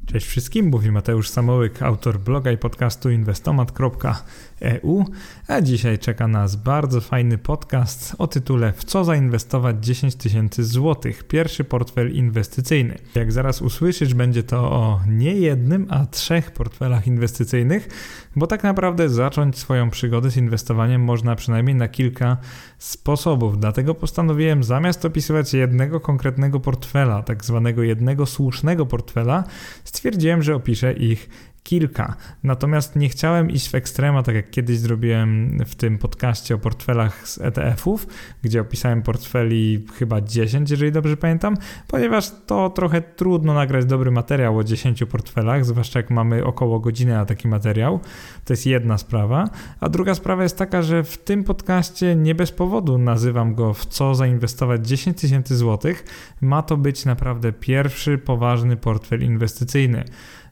Cześć wszystkim, mówi Mateusz Samołyk, autor bloga i podcastu inwestomat.eu, a dzisiaj czeka nas bardzo fajny podcast o tytule W co zainwestować 10 tysięcy złotych? Pierwszy portfel inwestycyjny. Jak zaraz usłyszysz, będzie to o nie jednym, a 3 portfelach inwestycyjnych, bo tak naprawdę zacząć swoją przygodę z inwestowaniem można przynajmniej na kilka sposobów. Dlatego postanowiłem zamiast opisywać jednego konkretnego portfela, tak zwanego jednego słusznego portfela, stwierdziłem, że opiszę ich kilka. Natomiast nie chciałem iść w ekstrema, tak jak kiedyś zrobiłem w tym podcaście o portfelach z ETF-ów, gdzie opisałem portfeli chyba 10, jeżeli dobrze pamiętam, ponieważ to trochę trudno nagrać dobry materiał o 10 portfelach, zwłaszcza jak mamy około godziny na taki materiał. To jest jedna sprawa. A druga sprawa jest taka, że w tym podcaście nie bez powodu nazywam go W co zainwestować 10 tysięcy złotych. Ma to być naprawdę pierwszy poważny portfel inwestycyjny.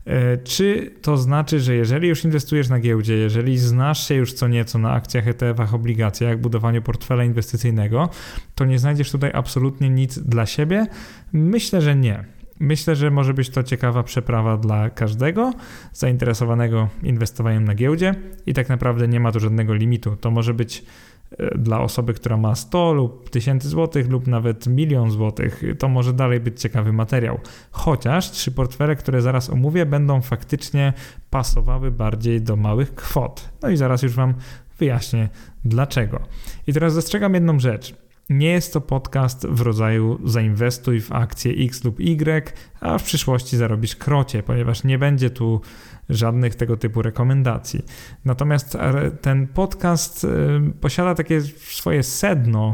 Czy to znaczy, że jeżeli już inwestujesz na giełdzie, jeżeli znasz się już co nieco na akcjach, ETF-ach, obligacjach, budowaniu portfela inwestycyjnego, to nie znajdziesz tutaj absolutnie nic dla siebie? Myślę, że nie. Myślę, że może być to ciekawa przeprawa dla każdego zainteresowanego inwestowaniem na giełdzie i tak naprawdę nie ma tu żadnego limitu. To może być dla osoby, która ma 100 lub 1000 złotych lub nawet 1 000 000 złotych, to może dalej być ciekawy materiał. Chociaż 3 portfele, które zaraz omówię, będą faktycznie pasowały bardziej do małych kwot. No i zaraz już Wam wyjaśnię dlaczego. I teraz zastrzegam jedną rzecz. Nie jest to podcast w rodzaju zainwestuj w akcję X lub Y, a w przyszłości zarobisz krocie, ponieważ nie będzie tu żadnych tego typu rekomendacji. Natomiast ten podcast posiada takie swoje sedno.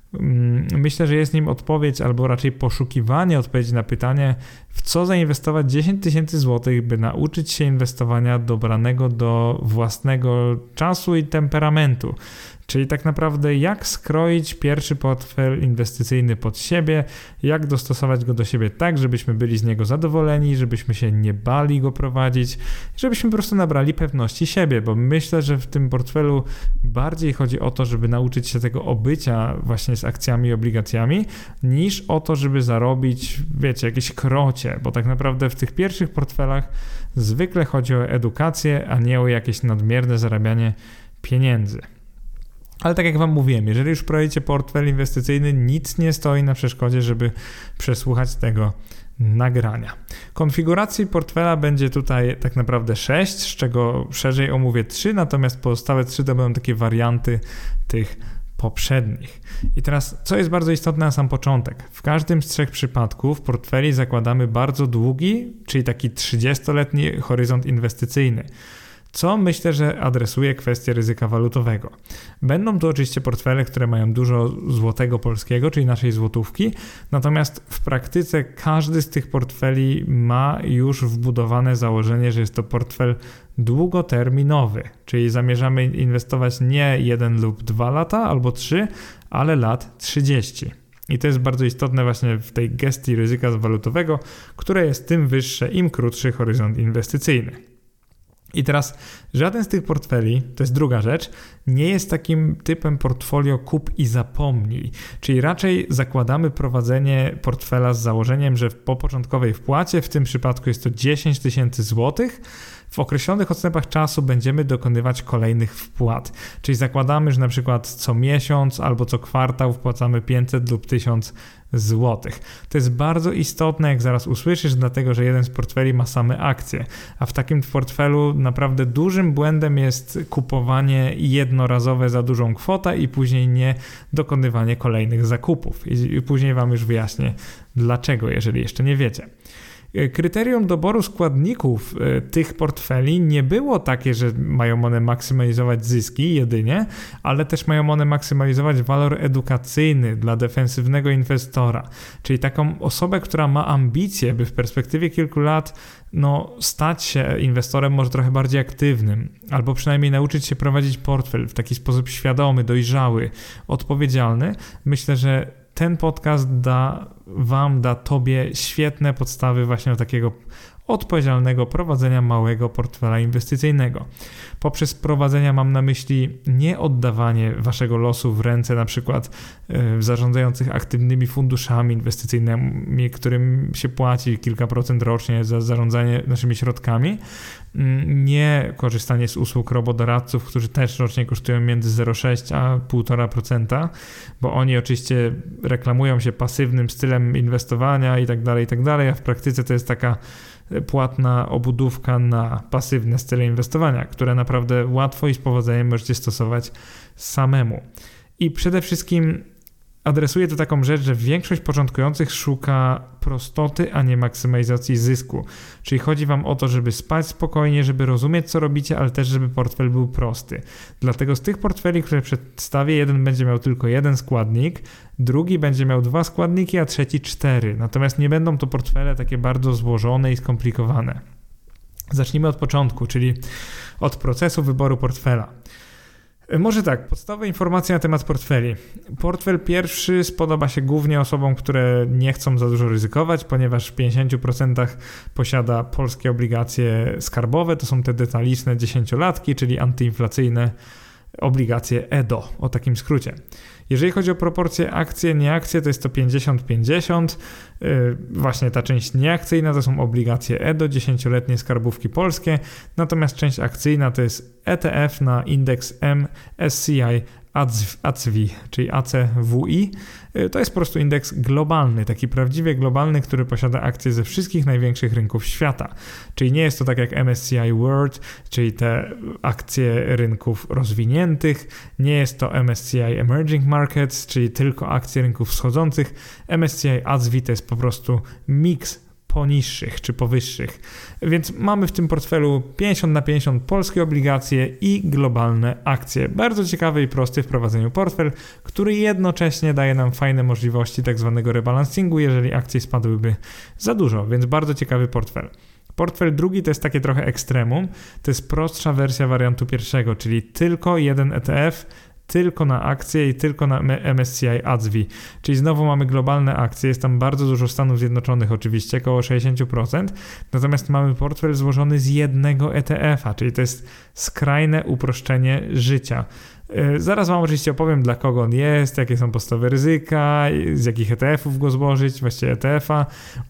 Myślę, że jest nim odpowiedź, albo raczej poszukiwanie odpowiedzi na pytanie, w co zainwestować 10 tysięcy złotych, by nauczyć się inwestowania dobranego do własnego czasu i temperamentu. Czyli tak naprawdę jak skroić pierwszy portfel inwestycyjny pod siebie, jak dostosować go do siebie tak, żebyśmy byli z niego zadowoleni, żebyśmy się nie bali go prowadzić, żebyśmy po prostu nabrali pewności siebie, bo myślę, że w tym portfelu bardziej chodzi o to, żeby nauczyć się tego obycia właśnie z akcjami i obligacjami, niż o to, żeby zarobić, wiecie, jakieś krocie, bo tak naprawdę w tych pierwszych portfelach zwykle chodzi o edukację, a nie o jakieś nadmierne zarabianie pieniędzy. Ale tak jak Wam mówiłem, jeżeli już prowadzicie portfel inwestycyjny, nic nie stoi na przeszkodzie, żeby przesłuchać tego nagrania. Konfiguracji portfela będzie tutaj tak naprawdę 6, z czego szerzej omówię 3, natomiast pozostałe 3 to będą takie warianty tych poprzednich. I teraz, co jest bardzo istotne na sam początek. W każdym z 3 przypadków portfeli zakładamy bardzo długi, czyli taki 30-letni horyzont inwestycyjny, co myślę, że adresuje kwestię ryzyka walutowego. Będą to oczywiście portfele, które mają dużo złotego polskiego, czyli naszej złotówki, natomiast w praktyce każdy z tych portfeli ma już wbudowane założenie, że jest to portfel długoterminowy, czyli zamierzamy inwestować nie 1 lub 2 lata albo 3, ale lat 30. I to jest bardzo istotne właśnie w tej gestii ryzyka walutowego, które jest tym wyższe, im krótszy horyzont inwestycyjny. I teraz żaden z tych portfeli, to jest druga rzecz, nie jest takim typem portfolio kup i zapomnij, czyli raczej zakładamy prowadzenie portfela z założeniem, że po początkowej wpłacie, w tym przypadku jest to 10 tysięcy złotych, w określonych odstępach czasu będziemy dokonywać kolejnych wpłat, czyli zakładamy, że na przykład co miesiąc albo co kwartał wpłacamy 500 lub 1000 złotych. To jest bardzo istotne, jak zaraz usłyszysz, dlatego że jeden z portfeli ma same akcje, a w takim portfelu naprawdę dużym błędem jest kupowanie jednorazowe za dużą kwotę i później nie dokonywanie kolejnych zakupów. I później Wam już wyjaśnię dlaczego, jeżeli jeszcze nie wiecie. Kryterium doboru składników tych portfeli nie było takie, że mają one maksymalizować zyski jedynie, ale też mają one maksymalizować walor edukacyjny dla defensywnego inwestora, czyli taką osobę, która ma ambicje, by w perspektywie kilku lat stać się inwestorem może trochę bardziej aktywnym, albo przynajmniej nauczyć się prowadzić portfel w taki sposób świadomy, dojrzały, odpowiedzialny. Myślę, że ten podcast da Tobie świetne podstawy właśnie do takiego odpowiedzialnego prowadzenia małego portfela inwestycyjnego. Poprzez prowadzenia mam na myśli nie oddawanie waszego losu w ręce na przykład zarządzających aktywnymi funduszami inwestycyjnymi, którym się płaci kilka procent rocznie za zarządzanie naszymi środkami, nie korzystanie z usług robodoradców, którzy też rocznie kosztują między 0,6 a 1,5%, bo oni oczywiście reklamują się pasywnym stylem inwestowania i tak dalej, a w praktyce to jest taka płatna obudówka na pasywne style inwestowania, które naprawdę łatwo i z powodzeniem możecie stosować samemu. I przede wszystkim adresuje to taką rzecz, że większość początkujących szuka prostoty, a nie maksymalizacji zysku. Czyli chodzi wam o to, żeby spać spokojnie, żeby rozumieć, co robicie, ale też, żeby portfel był prosty. Dlatego z tych portfeli, które przedstawię, jeden będzie miał tylko jeden składnik, drugi będzie miał 2 składniki, a trzeci 4. Natomiast nie będą to portfele takie bardzo złożone i skomplikowane. Zacznijmy od początku, czyli od procesu wyboru portfela. Może tak, podstawowe informacje na temat portfeli. Portfel pierwszy spodoba się głównie osobom, które nie chcą za dużo ryzykować, ponieważ w 50% posiada polskie obligacje skarbowe, to są te detaliczne 10-latki, czyli antyinflacyjne obligacje EDO, o takim skrócie. Jeżeli chodzi o proporcje akcje, nieakcje, to jest to 50-50. Właśnie ta część nieakcyjna to są obligacje EDO, 10-letnie skarbówki polskie, natomiast część akcyjna to jest ETF na indeks MSCI ACWI, czyli ACWI. To jest po prostu indeks globalny, taki prawdziwie globalny, który posiada akcje ze wszystkich największych rynków świata. Czyli nie jest to tak jak MSCI World, czyli te akcje rynków rozwiniętych, nie jest to MSCI Emerging Markets, czyli tylko akcje rynków wschodzących. MSCI ACWI to jest po prostu miks poniższych czy powyższych. Więc mamy w tym portfelu 50/50 polskie obligacje i globalne akcje. Bardzo ciekawy i prosty w prowadzeniu portfel, który jednocześnie daje nam fajne możliwości tak zwanego rebalansingu, jeżeli akcje spadłyby za dużo, więc bardzo ciekawy portfel. Portfel drugi to jest takie trochę ekstremum, to jest prostsza wersja wariantu pierwszego, czyli tylko jeden ETF, tylko na akcje i tylko na MSCI ACWI. Czyli znowu mamy globalne akcje, jest tam bardzo dużo Stanów Zjednoczonych oczywiście, około 60%, natomiast mamy portfel złożony z jednego ETF-a, czyli to jest skrajne uproszczenie życia. Zaraz wam oczywiście opowiem, dla kogo on jest, jakie są podstawowe ryzyka, z jakich ETF-ów go złożyć, właściwie ETF-a,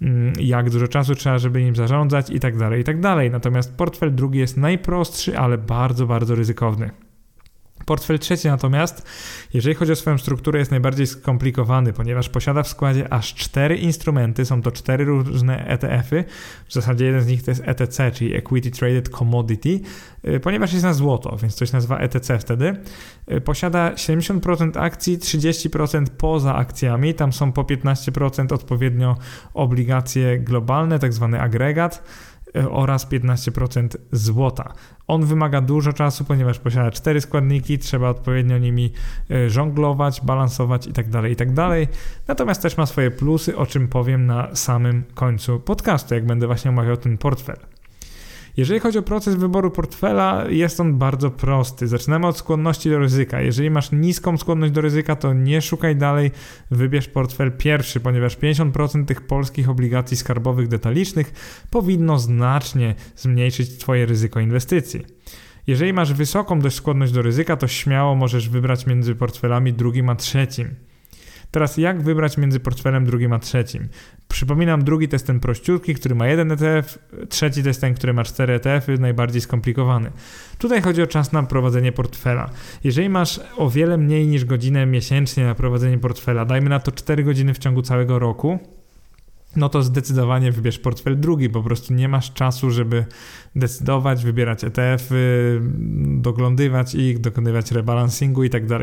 jak dużo czasu trzeba, żeby nim zarządzać i tak dalej. Natomiast portfel drugi jest najprostszy, ale bardzo, bardzo ryzykowny. Portfel trzeci natomiast, jeżeli chodzi o swoją strukturę, jest najbardziej skomplikowany, ponieważ posiada w składzie aż 4 instrumenty, są to 4 różne ETF-y, w zasadzie jeden z nich to jest ETC, czyli Equity Traded Commodity, ponieważ jest na złoto, więc to się nazywa ETC wtedy. Posiada 70% akcji, 30% poza akcjami, tam są po 15% odpowiednio obligacje globalne, tak zwany agregat, oraz 15% złota. On wymaga dużo czasu, ponieważ posiada 4 składniki, trzeba odpowiednio nimi żonglować, balansować itd. Natomiast też ma swoje plusy, o czym powiem na samym końcu podcastu, jak będę właśnie omawiał ten portfel. Jeżeli chodzi o proces wyboru portfela, jest on bardzo prosty. Zaczynamy od skłonności do ryzyka. Jeżeli masz niską skłonność do ryzyka, to nie szukaj dalej, wybierz portfel pierwszy, ponieważ 50% tych polskich obligacji skarbowych detalicznych powinno znacznie zmniejszyć twoje ryzyko inwestycji. Jeżeli masz wysoką dość skłonność do ryzyka, to śmiało możesz wybrać między portfelami drugim a trzecim. Teraz jak wybrać między portfelem drugim a trzecim? Przypominam, drugi to jest ten prościutki, który ma jeden ETF, trzeci to jest ten, który ma 4 ETF-y, najbardziej skomplikowany. Tutaj chodzi o czas na prowadzenie portfela. Jeżeli masz o wiele mniej niż godzinę miesięcznie na prowadzenie portfela, dajmy na to 4 godziny w ciągu całego roku, no to zdecydowanie wybierz portfel drugi, po prostu nie masz czasu, żeby decydować, wybierać ETF-y, doglądywać ich, dokonywać rebalansingu itd.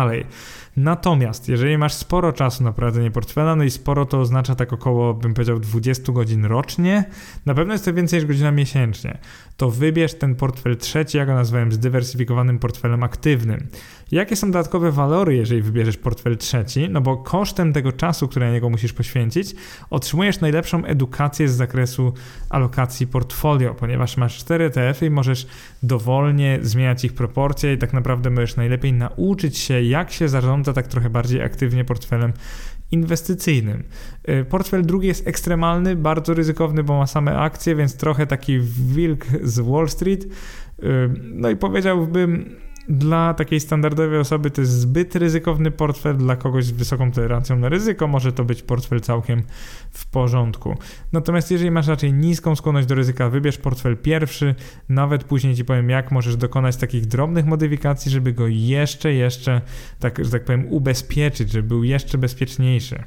Natomiast jeżeli masz sporo czasu na prowadzenie portfela, no i sporo to oznacza tak około, bym powiedział, 20 godzin rocznie, na pewno jest to więcej niż godzina miesięcznie, to wybierz ten portfel trzeci, ja go nazwałem zdywersyfikowanym portfelem aktywnym. Jakie są dodatkowe walory, jeżeli wybierzesz portfel trzeci? No bo kosztem tego czasu, który na niego musisz poświęcić, otrzymujesz najlepszą edukację z zakresu alokacji portfolio, ponieważ masz 4 ETF-y i możesz dowolnie zmieniać ich proporcje i tak naprawdę możesz najlepiej nauczyć się, jak się zarządza tak trochę bardziej aktywnie portfelem inwestycyjnym. Portfel drugi jest ekstremalny, bardzo ryzykowny, bo ma same akcje, więc trochę taki wilk z Wall Street. No i powiedziałbym, dla takiej standardowej osoby to jest zbyt ryzykowny portfel, dla kogoś z wysoką tolerancją na ryzyko może to być portfel całkiem w porządku. Natomiast jeżeli masz raczej niską skłonność do ryzyka, wybierz portfel pierwszy, nawet później Ci powiem, jak możesz dokonać takich drobnych modyfikacji, żeby go jeszcze, tak, że tak powiem, ubezpieczyć, żeby był jeszcze bezpieczniejszy.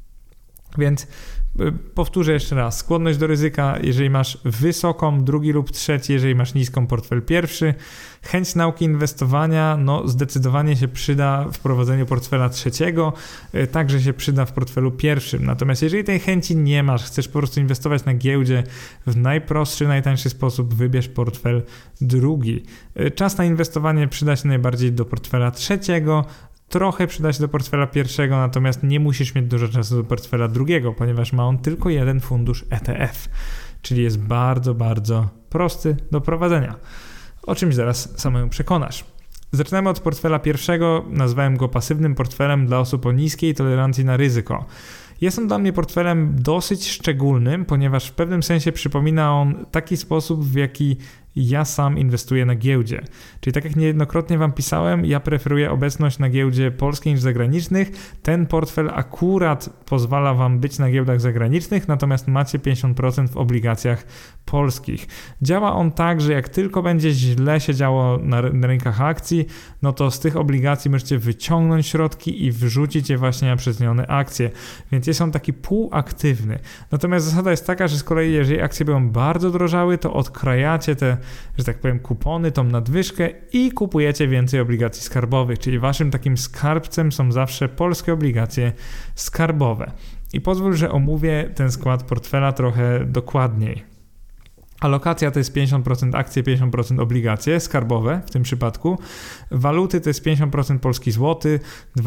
Więc powtórzę jeszcze raz, skłonność do ryzyka, jeżeli masz wysoką, drugi lub trzeci, jeżeli masz niską, portfel pierwszy. Chęć nauki inwestowania, no zdecydowanie się przyda w prowadzeniu portfela trzeciego, także się przyda w portfelu pierwszym. Natomiast jeżeli tej chęci nie masz, chcesz po prostu inwestować na giełdzie w najprostszy, najtańszy sposób, wybierz portfel drugi. Czas na inwestowanie przyda się najbardziej do portfela trzeciego, trochę przyda się do portfela pierwszego, natomiast nie musisz mieć dużo czasu do portfela drugiego, ponieważ ma on tylko jeden fundusz ETF, czyli jest bardzo, bardzo prosty do prowadzenia. O czymś zaraz samemu przekonasz. Zaczynamy od portfela pierwszego, nazwałem go pasywnym portfelem dla osób o niskiej tolerancji na ryzyko. Jest on dla mnie portfelem dosyć szczególnym, ponieważ w pewnym sensie przypomina on taki sposób, w jaki ja sam inwestuję na giełdzie. Czyli tak jak niejednokrotnie Wam pisałem, ja preferuję obecność na giełdzie polskiej niż zagranicznych. Ten portfel akurat pozwala Wam być na giełdach zagranicznych, natomiast macie 50% w obligacjach polskich. Działa on tak, że jak tylko będzie źle się działo na rynkach akcji, no to z tych obligacji możecie wyciągnąć środki i wrzucić je właśnie na przecenione akcje. Więc jest on taki półaktywny. Natomiast zasada jest taka, że z kolei jeżeli akcje będą bardzo drożały, to odkrajacie te, że tak powiem, kupony, tą nadwyżkę i kupujecie więcej obligacji skarbowych, czyli waszym takim skarbcem są zawsze polskie obligacje skarbowe. I pozwól, że omówię ten skład portfela trochę dokładniej. Alokacja to jest 50% akcje, 50% obligacje skarbowe w tym przypadku. Waluty to jest 50% polski złoty,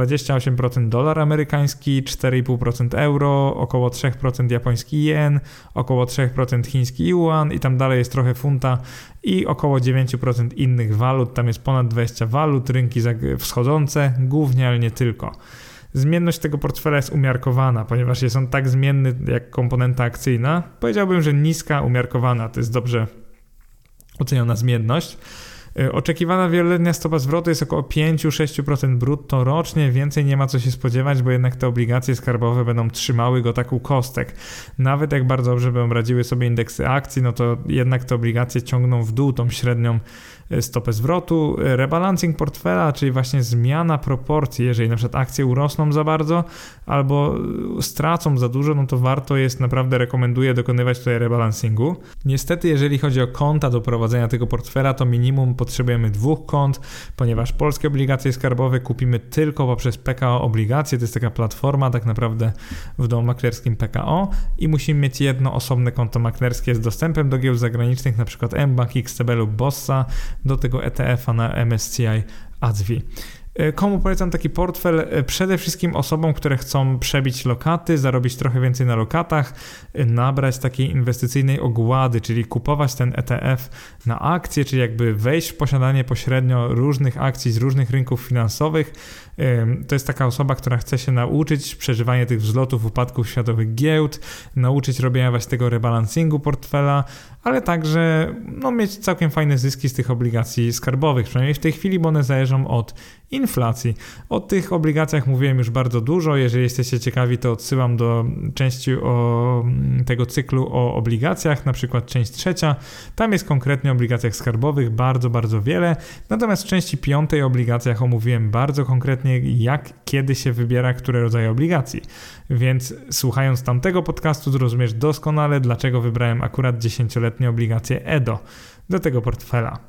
28% dolar amerykański, 4,5% euro, około 3% japoński jen, około 3% chiński yuan i tam dalej jest trochę funta i około 9% innych walut. Tam jest ponad 20 walut, rynki wschodzące, głównie, ale nie tylko. Zmienność tego portfela jest umiarkowana, ponieważ jest on tak zmienny jak komponenta akcyjna. Powiedziałbym, że niska, umiarkowana to jest dobrze oceniona zmienność. Oczekiwana wieloletnia stopa zwrotu jest około 5-6% brutto rocznie, więcej nie ma co się spodziewać, bo jednak te obligacje skarbowe będą trzymały go tak u kostek. Nawet jak bardzo dobrze będą radziły sobie indeksy akcji, no to jednak te obligacje ciągną w dół tą średnią stopę zwrotu. Rebalancing portfela, czyli właśnie zmiana proporcji, jeżeli na przykład akcje urosną za bardzo albo stracą za dużo, no to warto jest, naprawdę rekomenduję dokonywać tutaj rebalancingu. Niestety, jeżeli chodzi o konta do prowadzenia tego portfela, to minimum potrzebujemy 2 kont, ponieważ polskie obligacje skarbowe kupimy tylko poprzez PKO Obligacje, to jest taka platforma tak naprawdę w domu maklerskim PKO i musimy mieć jedno osobne konto maklerskie z dostępem do giełd zagranicznych, na przykład mBank, XTB lub Bossa, do tego ETF-a na MSCI ADVI. Komu polecam taki portfel? Przede wszystkim osobom, które chcą przebić lokaty, zarobić trochę więcej na lokatach, nabrać takiej inwestycyjnej ogłady, czyli kupować ten ETF na akcje, czyli jakby wejść w posiadanie pośrednio różnych akcji z różnych rynków finansowych. To jest taka osoba, która chce się nauczyć przeżywania tych wzlotów, upadków światowych giełd, nauczyć robienia właśnie tego rebalancingu portfela, ale także mieć całkiem fajne zyski z tych obligacji skarbowych, przynajmniej w tej chwili, bo one zależą od inflacji. O tych obligacjach mówiłem już bardzo dużo, jeżeli jesteście ciekawi, to odsyłam do części o tego cyklu o obligacjach, na przykład część 3, tam jest konkretnie o obligacjach skarbowych bardzo, bardzo wiele, natomiast w części 5 o obligacjach omówiłem bardzo konkretnie, jak, kiedy się wybiera które rodzaje obligacji, więc słuchając tamtego podcastu zrozumiesz doskonale, dlaczego wybrałem akurat 10-letnie obligacje EDO do tego portfela.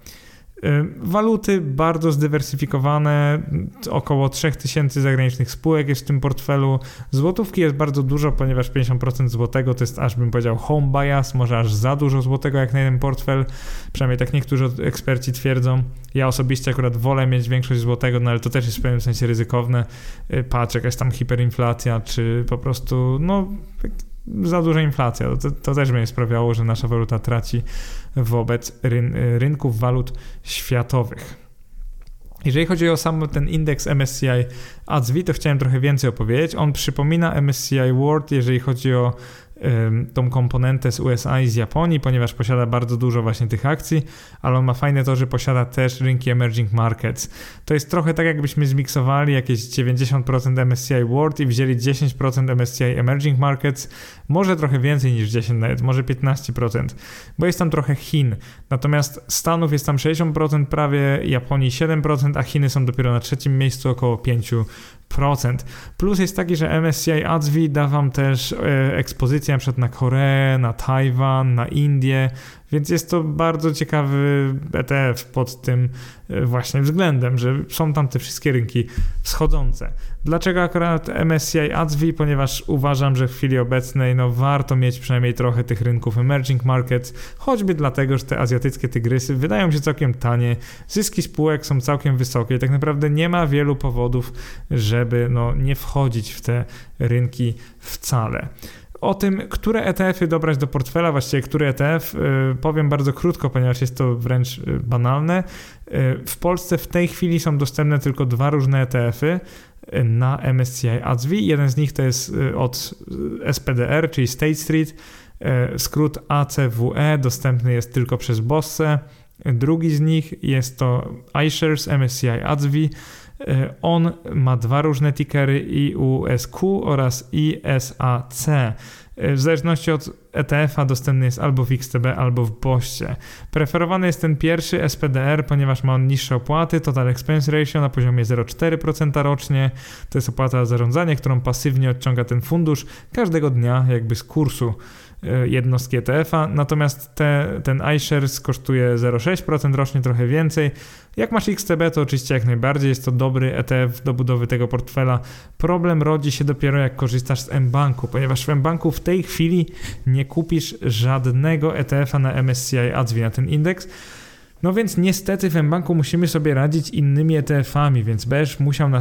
Waluty bardzo zdywersyfikowane, około 3000 zagranicznych spółek jest w tym portfelu. Złotówki jest bardzo dużo, ponieważ 50% złotego to jest, aż bym powiedział, home bias, może aż za dużo złotego jak na jeden portfel, przynajmniej tak niektórzy eksperci twierdzą. Ja osobiście akurat wolę mieć większość złotego, ale to też jest w pewnym sensie ryzykowne. Patrz, jakaś tam hiperinflacja, czy po prostu za duża inflacja, to też będzie sprawiało, że nasza waluta traci wobec rynków walut światowych. Jeżeli chodzi o sam ten indeks MSCI ADSV, to chciałem trochę więcej opowiedzieć. On przypomina MSCI World, jeżeli chodzi o tą komponentę z USA i z Japonii, ponieważ posiada bardzo dużo właśnie tych akcji, ale on ma fajne to, że posiada też rynki emerging markets. To jest trochę tak, jakbyśmy zmiksowali jakieś 90% MSCI World i wzięli 10% MSCI emerging markets, może trochę więcej niż 10 nawet, może 15%, bo jest tam trochę Chin. Natomiast Stanów jest tam 60% prawie, Japonii 7%, a Chiny są dopiero na trzecim miejscu, około 5%. Plus jest taki, że MSCI ADSV da wam też ekspozycję na przykład na Koreę, na Tajwan, na Indię, więc jest to bardzo ciekawy ETF pod tym właśnie względem, że są tam te wszystkie rynki wschodzące. Dlaczego akurat MSCI ADSV? Ponieważ uważam, że w chwili obecnej warto mieć przynajmniej trochę tych rynków emerging markets, choćby dlatego, że te azjatyckie tygrysy wydają się całkiem tanie, zyski spółek są całkiem wysokie i tak naprawdę nie ma wielu powodów, żeby nie wchodzić w te rynki wcale. O tym, które ETF-y dobrać do portfela, właściwie który ETF, powiem bardzo krótko, ponieważ jest to wręcz banalne. W Polsce w tej chwili są dostępne tylko 2 różne ETF-y na MSCI ADSV. Jeden z nich to jest od SPDR, czyli State Street, skrót ACWE, dostępny jest tylko przez Bosse. Drugi z nich jest to iShares MSCI ADSV. On ma 2 różne tickery, IUSQ oraz ISAC. W zależności od ETF-a dostępny jest albo w XTB, albo w Bossie. Preferowany jest ten pierwszy SPDR, ponieważ ma on niższe opłaty, Total Expense Ratio na poziomie 0,4% rocznie. To jest opłata za zarządzanie, którą pasywnie odciąga ten fundusz każdego dnia jakby z kursu jednostki ETF-a, natomiast ten iShares kosztuje 0,6% rocznie, trochę więcej. Jak masz XTB, to oczywiście jak najbardziej jest to dobry ETF do budowy tego portfela. Problem rodzi się dopiero jak korzystasz z mBanku, ponieważ w mBanku w tej chwili nie kupisz żadnego ETF-a na MSCI ADSV, na ten indeks. No więc niestety w mBanku musimy sobie radzić innymi ETF-ami, więc będziesz musiał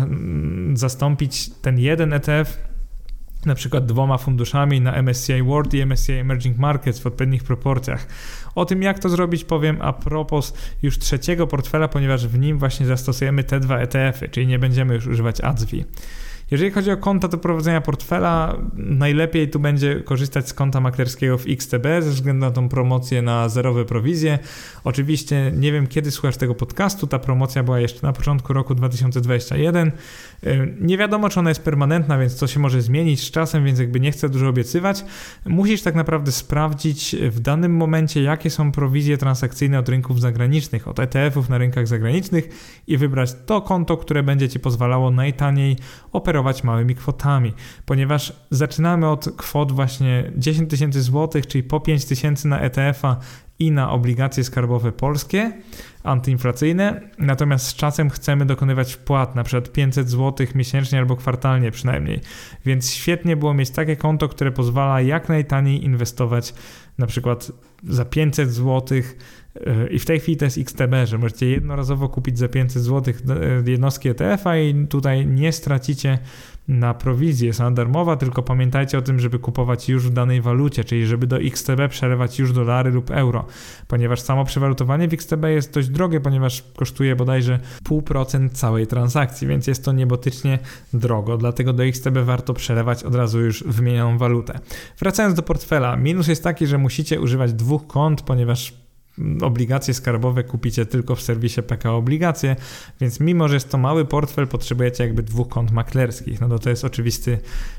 zastąpić ten jeden ETF na przykład 2 funduszami na MSCI World i MSCI Emerging Markets w odpowiednich proporcjach. O tym, jak to zrobić, powiem a propos już trzeciego portfela, ponieważ w nim właśnie zastosujemy te 2 ETF-y, czyli nie będziemy już używać ADSV. Jeżeli chodzi o konta do prowadzenia portfela, najlepiej tu będzie korzystać z konta maklerskiego w XTB ze względu na tą promocję na zerowe prowizje. Oczywiście nie wiem, kiedy słuchasz tego podcastu, ta promocja była jeszcze na początku roku 2021. Nie wiadomo, czy ona jest permanentna, więc to się może zmienić z czasem, więc jakby nie chcę dużo obiecywać. Musisz tak naprawdę sprawdzić w danym momencie, jakie są prowizje transakcyjne od rynków zagranicznych, od ETF-ów na rynkach zagranicznych i wybrać to konto, które będzie Ci pozwalało najtaniej operować małymi kwotami, ponieważ zaczynamy od kwot właśnie 10 000 złotych, czyli po 5 000 na ETF-a i na obligacje skarbowe polskie, antyinflacyjne, natomiast z czasem chcemy dokonywać wpłat, na przykład 500 zł miesięcznie albo kwartalnie przynajmniej, więc świetnie było mieć takie konto, które pozwala jak najtaniej inwestować na przykład za 500 zł i w tej chwili to jest XTB, że możecie jednorazowo kupić za 500 zł jednostki ETF-a i tutaj nie stracicie na prowizję, jest ona darmowa, tylko pamiętajcie o tym, żeby kupować już w danej walucie, czyli żeby do XTB przelewać już dolary lub euro, ponieważ samo przewalutowanie w XTB jest dość drogie, ponieważ kosztuje bodajże 0,5% całej transakcji, więc jest to niebotycznie drogo, dlatego do XTB warto przelewać od razu już wymienioną walutę. Wracając do portfela, minus jest taki, że musicie używać 2 kont, ponieważ obligacje skarbowe kupicie tylko w serwisie PKO Obligacje, więc mimo, że jest to mały portfel, potrzebujecie jakby 2 kont maklerskich, to jest oczywisty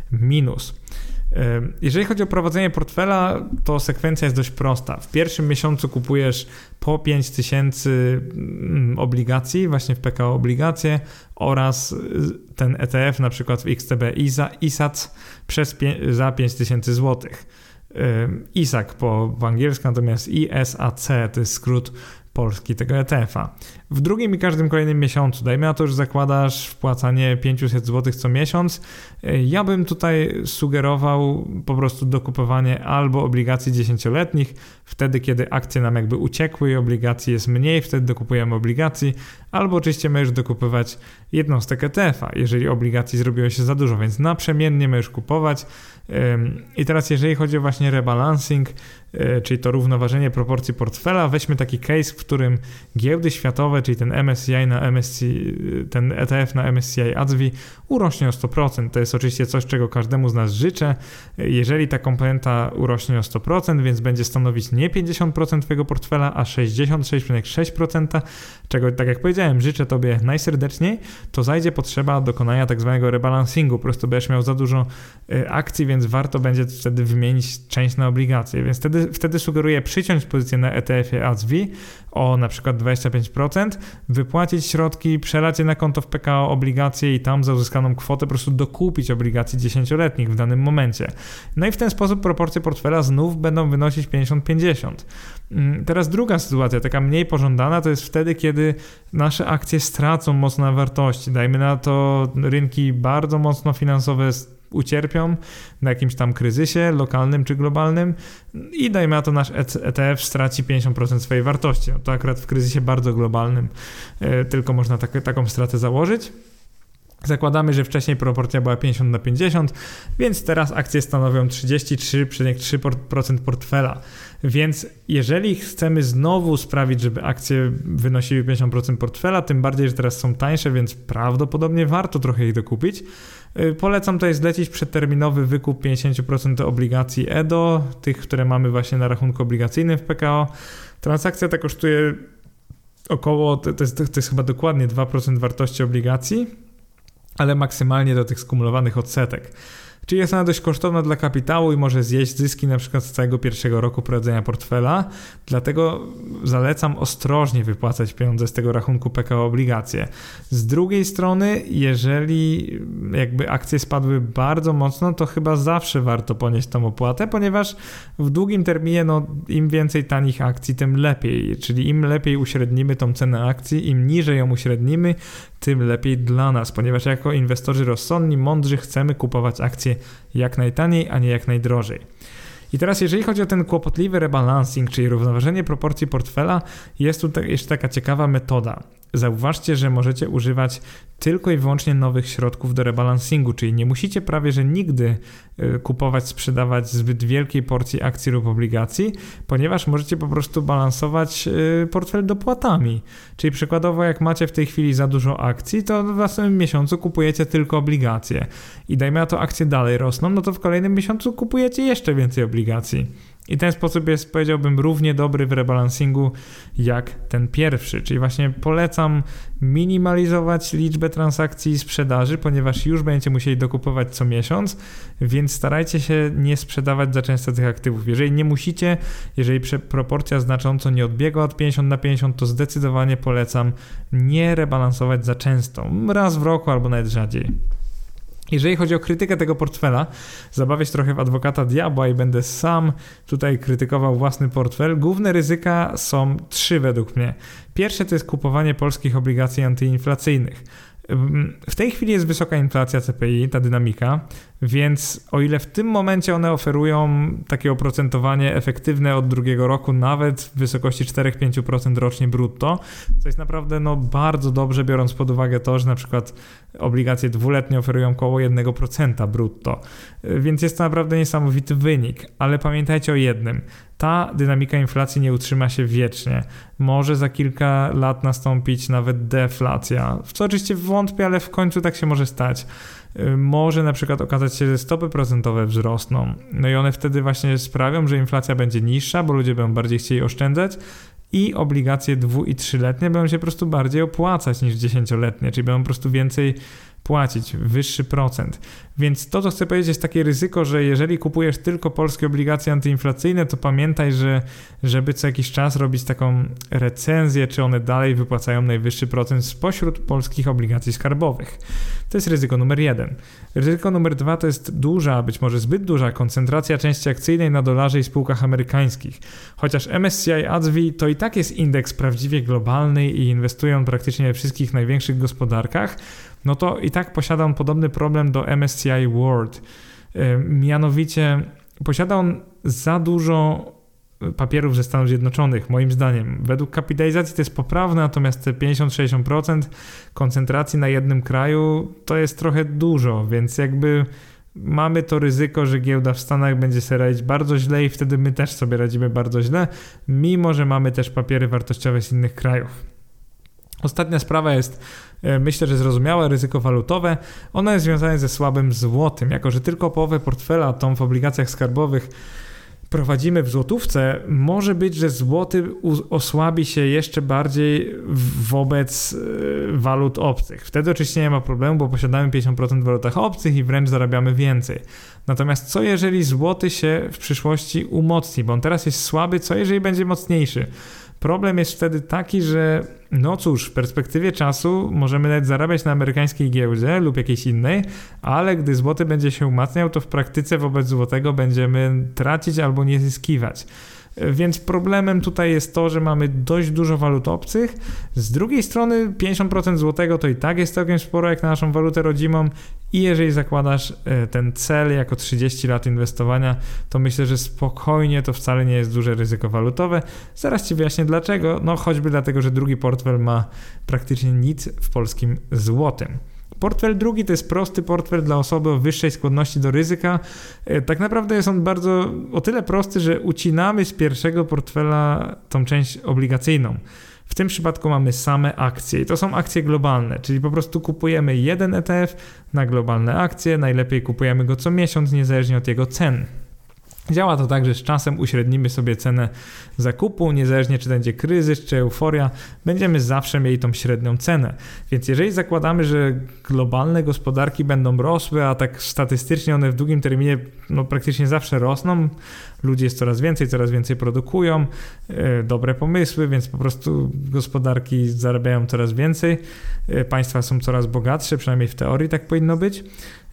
minus. Jeżeli chodzi o prowadzenie portfela, to sekwencja jest dość prosta. W pierwszym miesiącu kupujesz po 5000 obligacji, właśnie w PKO Obligacje oraz ten ETF na przykład w XTB ISAC za 5000 zł. ISAC po angielsku, natomiast ISAC to jest skrót polski tego ETF-a. W drugim i każdym kolejnym miesiącu, dajmy na to, że zakładasz wpłacanie 500 zł co miesiąc, ja bym tutaj sugerował po prostu dokupowanie albo obligacji 10-letnich, wtedy kiedy akcje nam jakby uciekły i obligacji jest mniej, wtedy dokupujemy obligacji, albo oczywiście możesz dokupywać jednostek ETF-a, jeżeli obligacji zrobiło się za dużo, więc naprzemiennie możesz kupować. I teraz jeżeli chodzi o właśnie rebalancing, czyli to równoważenie proporcji portfela, weźmy taki case, w którym giełdy światowe, czyli ten ten ETF na MSCI ADSV urośnie o 100%. To jest oczywiście coś, czego każdemu z nas życzę. Jeżeli ta komponenta urośnie o 100%, więc będzie stanowić nie 50% twojego portfela, a 66,6%, czego, tak jak powiedziałem, życzę tobie najserdeczniej, to zajdzie potrzeba dokonania tak zwanego rebalancingu. Po prostu będziesz miał za dużo akcji, więc warto będzie wtedy wymienić część na obligacje. Więc wtedy sugeruję przyciąć pozycję na ETF-ie ADSV o na przykład 25%, wypłacić środki, przelać je na konto w PKO obligacje i tam za uzyskaną kwotę po prostu dokupić obligacji 10-letnich w danym momencie. No i w ten sposób proporcje portfela znów będą wynosić 50-50. Teraz druga sytuacja, taka mniej pożądana, to jest wtedy, kiedy nasze akcje stracą mocno na wartości. Dajmy na to, rynki bardzo mocno finansowe ucierpią na jakimś tam kryzysie lokalnym czy globalnym i dajmy na to, nasz ETF straci 50% swojej wartości. No to akurat w kryzysie bardzo globalnym tylko można taką stratę założyć. Zakładamy, że wcześniej proporcja była 50-50, więc teraz akcje stanowią 33,3% portfela. Więc jeżeli chcemy znowu sprawić, żeby akcje wynosiły 50% portfela, tym bardziej, że teraz są tańsze, więc prawdopodobnie warto trochę ich dokupić, polecam tutaj zlecić przedterminowy wykup 50% obligacji EDO, tych, które mamy właśnie na rachunku obligacyjnym w PKO. Transakcja ta kosztuje około, to jest chyba dokładnie 2% wartości obligacji, ale maksymalnie do tych skumulowanych odsetek. Czyli jest ona dość kosztowna dla kapitału i może zjeść zyski na przykład z całego pierwszego roku prowadzenia portfela, dlatego zalecam ostrożnie wypłacać pieniądze z tego rachunku PKO obligacje. Z drugiej strony, jeżeli jakby akcje spadły bardzo mocno, to chyba zawsze warto ponieść tą opłatę, ponieważ w długim terminie im więcej tanich akcji, tym lepiej, czyli im lepiej uśrednimy tą cenę akcji, im niżej ją uśrednimy, tym lepiej dla nas, ponieważ jako inwestorzy rozsądni, mądrzy chcemy kupować akcje jak najtaniej, a nie jak najdrożej. I teraz jeżeli chodzi o ten kłopotliwy rebalancing, czyli równoważenie proporcji portfela, jest tu jeszcze taka ciekawa metoda. Zauważcie, że możecie używać tylko i wyłącznie nowych środków do rebalancingu, czyli nie musicie prawie że nigdy kupować, sprzedawać zbyt wielkiej porcji akcji lub obligacji, ponieważ możecie po prostu balansować portfel dopłatami. Czyli przykładowo jak macie w tej chwili za dużo akcji, to w następnym miesiącu kupujecie tylko obligacje i dajmy na to akcje dalej rosną, no to w kolejnym miesiącu kupujecie jeszcze więcej obligacji. I ten sposób jest, powiedziałbym, równie dobry w rebalancingu jak ten pierwszy, czyli właśnie polecam minimalizować liczbę transakcji i sprzedaży, ponieważ już będziecie musieli dokupować co miesiąc, więc starajcie się nie sprzedawać za często tych aktywów. Jeżeli nie musicie, jeżeli proporcja znacząco nie odbiega od 50/50, to zdecydowanie polecam nie rebalansować za często, raz w roku albo nawet rzadziej. Jeżeli chodzi o krytykę tego portfela, zabawię się trochę w adwokata diabła i będę sam tutaj krytykował własny portfel. Główne ryzyka są 3 według mnie. Pierwsze to jest kupowanie polskich obligacji antyinflacyjnych. W tej chwili jest wysoka inflacja CPI, ta dynamika, więc o ile w tym momencie one oferują takie oprocentowanie efektywne od drugiego roku nawet w wysokości 4-5% rocznie brutto, co jest naprawdę bardzo dobrze, biorąc pod uwagę to, że na przykład obligacje dwuletnie oferują około 1% brutto, więc jest to naprawdę niesamowity wynik, ale pamiętajcie o jednym. Ta dynamika inflacji nie utrzyma się wiecznie. Może za kilka lat nastąpić nawet deflacja, w co oczywiście wątpię, ale w końcu tak się może stać. Może na przykład okazać się, że stopy procentowe wzrosną. No i one wtedy właśnie sprawią, że inflacja będzie niższa, bo ludzie będą bardziej chcieli oszczędzać i obligacje 2- i 3-letnie będą się po prostu bardziej opłacać niż 10-letnie, czyli będą po prostu więcej płacić, wyższy procent. Więc to, co chcę powiedzieć, jest takie ryzyko, że jeżeli kupujesz tylko polskie obligacje antyinflacyjne, to pamiętaj, że żeby co jakiś czas robić taką recenzję, czy one dalej wypłacają najwyższy procent spośród polskich obligacji skarbowych. To jest ryzyko numer 1. Ryzyko numer 2 to jest duża, być może zbyt duża koncentracja części akcyjnej na dolarze i spółkach amerykańskich. Chociaż MSCI ADSV to i tak jest indeks prawdziwie globalny i inwestuje on praktycznie we wszystkich największych gospodarkach, no to i tak posiada on podobny problem do MSCI World. Mianowicie posiada on za dużo papierów ze Stanów Zjednoczonych, moim zdaniem. Według kapitalizacji to jest poprawne, natomiast te 50-60% koncentracji na jednym kraju to jest trochę dużo, więc jakby mamy to ryzyko, że giełda w Stanach będzie sobie radzić bardzo źle i wtedy my też sobie radzimy bardzo źle, mimo że mamy też papiery wartościowe z innych krajów. Ostatnia sprawa jest, myślę, że zrozumiałe ryzyko walutowe. Ono jest związane ze słabym złotym. Jako że tylko połowę portfela tą w obligacjach skarbowych prowadzimy w złotówce, może być, że złoty osłabi się jeszcze bardziej wobec walut obcych. Wtedy oczywiście nie ma problemu, bo posiadamy 50% w walutach obcych i wręcz zarabiamy więcej. Natomiast co jeżeli złoty się w przyszłości umocni, bo on teraz jest słaby, co jeżeli będzie mocniejszy? Problem jest wtedy taki, że no cóż, w perspektywie czasu możemy nawet zarabiać na amerykańskiej giełdzie lub jakiejś innej, ale gdy złoty będzie się umacniał, to w praktyce wobec złotego będziemy tracić albo nie zyskiwać. Więc problemem tutaj jest to, że mamy dość dużo walut obcych. Z drugiej strony 50% złotego to i tak jest całkiem sporo jak na naszą walutę rodzimą i jeżeli zakładasz ten cel jako 30 lat inwestowania, to myślę, że spokojnie to wcale nie jest duże ryzyko walutowe. Zaraz Ci wyjaśnię dlaczego. No choćby dlatego, że drugi portfel ma praktycznie nic w polskim złotym. Portfel drugi to jest prosty portfel dla osoby o wyższej skłonności do ryzyka. Tak naprawdę jest on o tyle prosty, że ucinamy z pierwszego portfela tą część obligacyjną. W tym przypadku mamy same akcje i to są akcje globalne, czyli po prostu kupujemy jeden ETF na globalne akcje, najlepiej kupujemy go co miesiąc, niezależnie od jego cen. Działa to tak, że z czasem uśrednimy sobie cenę zakupu, niezależnie czy to będzie kryzys, czy euforia, będziemy zawsze mieli tą średnią cenę. Więc jeżeli zakładamy, że globalne gospodarki będą rosły, a tak statystycznie one w długim terminie praktycznie zawsze rosną, ludzie jest coraz więcej produkują, dobre pomysły, więc po prostu gospodarki zarabiają coraz więcej, państwa są coraz bogatsze, przynajmniej w teorii tak powinno być,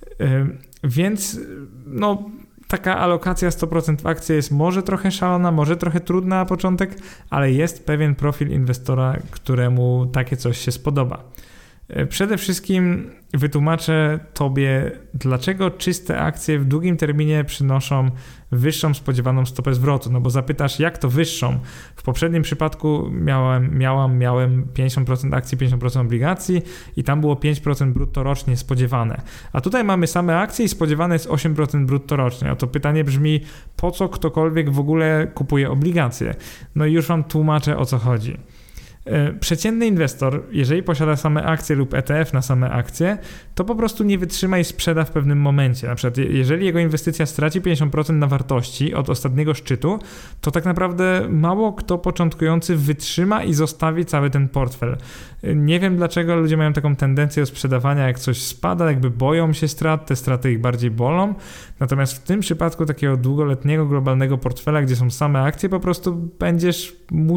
więc taka alokacja 100% w akcje jest może trochę szalona, może trochę trudna na początek, ale jest pewien profil inwestora, któremu takie coś się spodoba. Przede wszystkim wytłumaczę Tobie, dlaczego czyste akcje w długim terminie przynoszą wyższą spodziewaną stopę zwrotu. No bo zapytasz, jak to wyższą? W poprzednim przypadku miałem 50% akcji, 50% obligacji i tam było 5% brutto rocznie spodziewane. A tutaj mamy same akcje i spodziewane jest 8% brutto rocznie. Oto pytanie brzmi, po co ktokolwiek w ogóle kupuje obligacje? No i już Wam tłumaczę, o co chodzi. Przeciętny inwestor, jeżeli posiada same akcje lub ETF na same akcje, to po prostu nie wytrzyma i sprzeda w pewnym momencie. Na przykład jeżeli jego inwestycja straci 50% na wartości od ostatniego szczytu, to tak naprawdę mało kto początkujący wytrzyma i zostawi cały ten portfel. Nie wiem dlaczego ludzie mają taką tendencję do sprzedawania, jak coś spada, jakby boją się strat, te straty ich bardziej bolą. Natomiast w tym przypadku takiego długoletniego, globalnego portfela, gdzie są same akcje, po prostu będziesz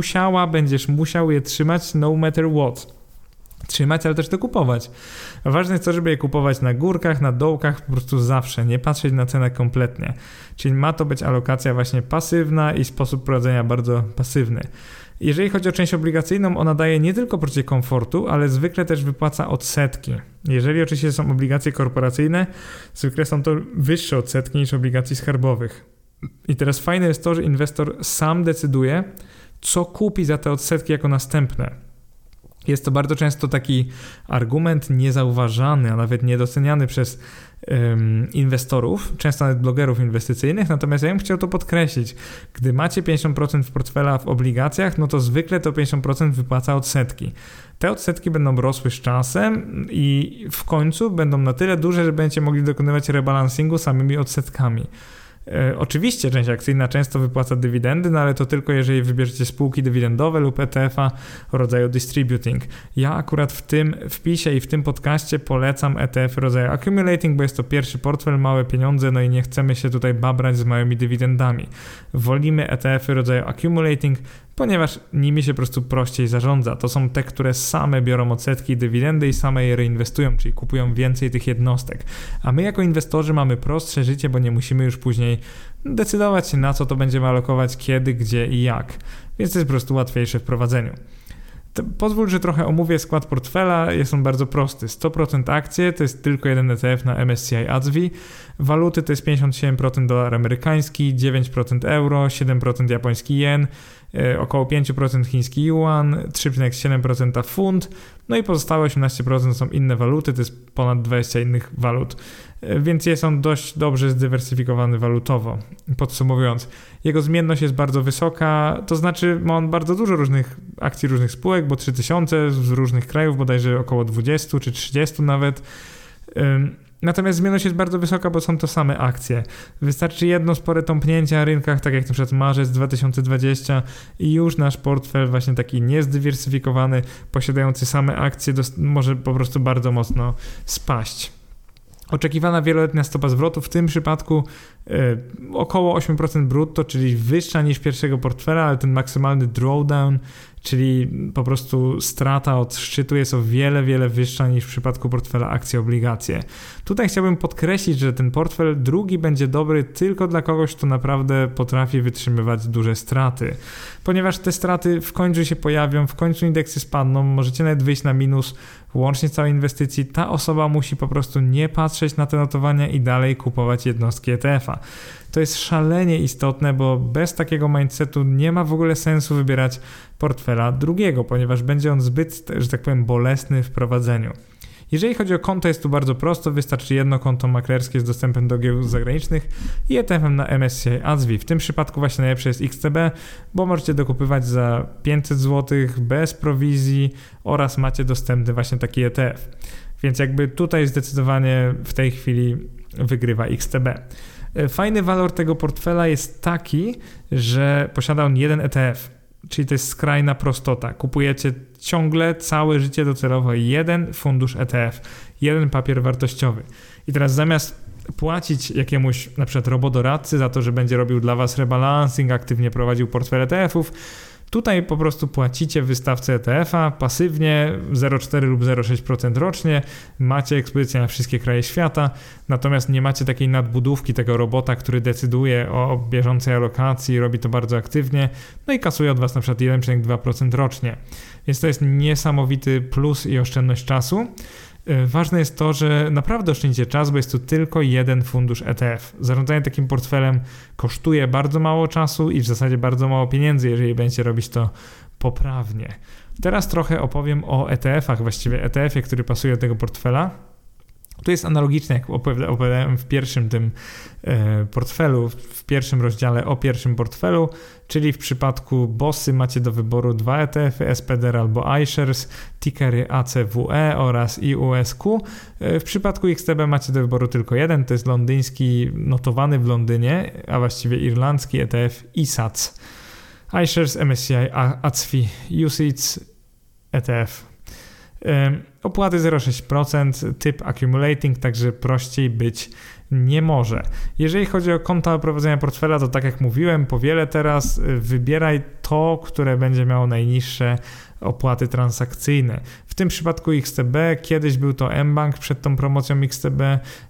musiał je trzymać no matter what. Trzymać, ale też to kupować. Ważne jest to, żeby je kupować na górkach, na dołkach, po prostu zawsze, nie patrzeć na cenę kompletnie. Czyli ma to być alokacja właśnie pasywna i sposób prowadzenia bardzo pasywny. Jeżeli chodzi o część obligacyjną, ona daje nie tylko poczucie komfortu, ale zwykle też wypłaca odsetki. Jeżeli oczywiście są obligacje korporacyjne, zwykle są to wyższe odsetki niż obligacji skarbowych. I teraz fajne jest to, że inwestor sam decyduje, co kupi za te odsetki jako następne. Jest to bardzo często taki argument niezauważany, a nawet niedoceniany przez inwestorów, często nawet blogerów inwestycyjnych, natomiast ja bym chciał to podkreślić. Gdy macie 50% w portfela w obligacjach, no to zwykle to 50% wypłaca odsetki. Te odsetki będą rosły z czasem i w końcu będą na tyle duże, że będziecie mogli dokonywać rebalansingu samymi odsetkami. Oczywiście część akcyjna często wypłaca dywidendy, no ale to tylko jeżeli wybierzecie spółki dywidendowe lub ETF-a rodzaju distributing. Ja akurat w tym wpisie i w tym podcaście polecam ETF-y rodzaju accumulating, bo jest to pierwszy portfel, małe pieniądze, no i nie chcemy się tutaj babrać z małymi dywidendami. Wolimy ETF-y rodzaju accumulating, ponieważ nimi się po prostu prościej zarządza. To są te, które same biorą odsetki i dywidendy i same je reinwestują, czyli kupują więcej tych jednostek. A my jako inwestorzy mamy prostsze życie, bo nie musimy już później decydować się, na co to będziemy alokować, kiedy, gdzie i jak. Więc to jest po prostu łatwiejsze w prowadzeniu. Pozwól, że trochę omówię skład portfela. Jest on bardzo prosty. 100% akcje to jest tylko jeden ETF na MSCI ADSV. Waluty to jest 57% dolar amerykański, 9% euro, 7% japoński jen, około 5% chiński yuan, 3,7% funt, no i pozostałe 18% są inne waluty, to jest ponad 20 innych walut. Więc jest on dość dobrze zdywersyfikowany walutowo. Podsumowując, jego zmienność jest bardzo wysoka, to znaczy ma on bardzo dużo różnych akcji, różnych spółek, bo 3000 z różnych krajów, bodajże około 20 czy 30 nawet. Natomiast zmienność jest bardzo wysoka, bo są to same akcje. Wystarczy jedno spore tąpnięcie na rynkach, tak jak na przykład marzec 2020 i już nasz portfel właśnie taki niezdywersyfikowany, posiadający same akcje może po prostu bardzo mocno spaść. Oczekiwana wieloletnia stopa zwrotu w tym przypadku około 8% brutto, czyli wyższa niż pierwszego portfela, ale ten maksymalny drawdown, czyli po prostu strata od szczytu jest o wiele, wiele wyższa niż w przypadku portfela akcje-obligacje. Tutaj chciałbym podkreślić, że ten portfel drugi będzie dobry tylko dla kogoś, kto naprawdę potrafi wytrzymywać duże straty. Ponieważ te straty w końcu się pojawią, w końcu indeksy spadną, możecie nawet wyjść na minus łącznie z całej inwestycji. Ta osoba musi po prostu nie patrzeć na te notowania i dalej kupować jednostki ETF-a. To jest szalenie istotne, bo bez takiego mindsetu nie ma w ogóle sensu wybierać portfela drugiego, ponieważ będzie on zbyt, że tak powiem, bolesny w prowadzeniu. Jeżeli chodzi o konto, jest tu bardzo prosto, wystarczy jedno konto maklerskie z dostępem do giełd zagranicznych i ETF-em na MSCI ACWI. W tym przypadku właśnie najlepsze jest XTB, bo możecie dokupywać za 500 zł bez prowizji oraz macie dostępny właśnie taki ETF. Więc jakby tutaj zdecydowanie w tej chwili wygrywa XTB. Fajny walor tego portfela jest taki, że posiada on jeden ETF, czyli to jest skrajna prostota. Kupujecie ciągle całe życie docelowo jeden fundusz ETF, jeden papier wartościowy. I teraz zamiast płacić jakiemuś na przykład robodoradcy za to, że będzie robił dla was rebalancing, aktywnie prowadził portfel ETF-ów, tutaj po prostu płacicie wystawcę ETF-a pasywnie 0,4 lub 0,6% rocznie, macie ekspozycję na wszystkie kraje świata, natomiast nie macie takiej nadbudówki tego robota, który decyduje o bieżącej alokacji, robi to bardzo aktywnie, no i kasuje od was na przykład 1,2% rocznie. Więc to jest niesamowity plus i oszczędność czasu. Ważne jest to, że naprawdę oszczędzicie czas, bo jest tu tylko jeden fundusz ETF. Zarządzanie takim portfelem kosztuje bardzo mało czasu i w zasadzie bardzo mało pieniędzy, jeżeli będziecie robić to poprawnie. Teraz trochę opowiem o ETF-ach, właściwie ETF-ie, który pasuje do tego portfela. Tu jest analogicznie, jak opowiadałem w pierwszym tym portfelu, w pierwszym rozdziale o pierwszym portfelu, czyli w przypadku BOSY macie do wyboru dwa ETF-y, SPDR albo iShares, tickery ACWE oraz IUSQ. W przypadku XTB macie do wyboru tylko jeden, to jest londyński, notowany w Londynie, a właściwie irlandzki ETF ISAC. iShares, MSCI, ACWI, UCITS, ETF. Opłaty 0,6%, typ accumulating, także prościej być nie może. Jeżeli chodzi o konta prowadzenia portfela, to tak jak mówiłem, powielę teraz, wybieraj to, które będzie miało najniższe opłaty transakcyjne. W tym przypadku XTB, kiedyś był to mBank przed tą promocją XTB.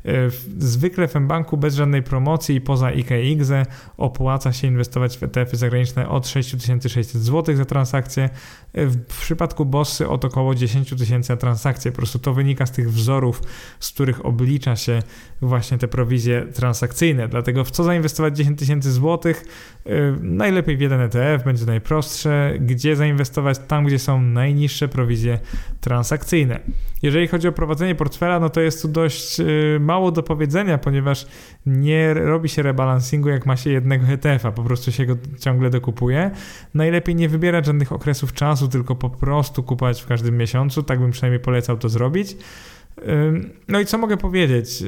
Zwykle w mBanku bez żadnej promocji i poza IKX opłaca się inwestować w ETF-y zagraniczne od 6600 zł za transakcję. W przypadku BOSY od około 10 000 za transakcję. Po prostu to wynika z tych wzorów, z których oblicza się właśnie te prowizje transakcyjne. Dlatego w co zainwestować 10 000 zł? Najlepiej w jeden ETF, będzie najprostsze. Gdzie zainwestować? Tam, gdzie są najniższe prowizje transakcyjne. Jeżeli chodzi o prowadzenie portfela, no to jest tu dość mało do powiedzenia, ponieważ nie robi się rebalansingu, jak ma się jednego ETF-a, po prostu się go ciągle dokupuje. Najlepiej nie wybierać żadnych okresów czasu, tylko po prostu kupować w każdym miesiącu, tak bym przynajmniej polecał to zrobić. No i co mogę powiedzieć?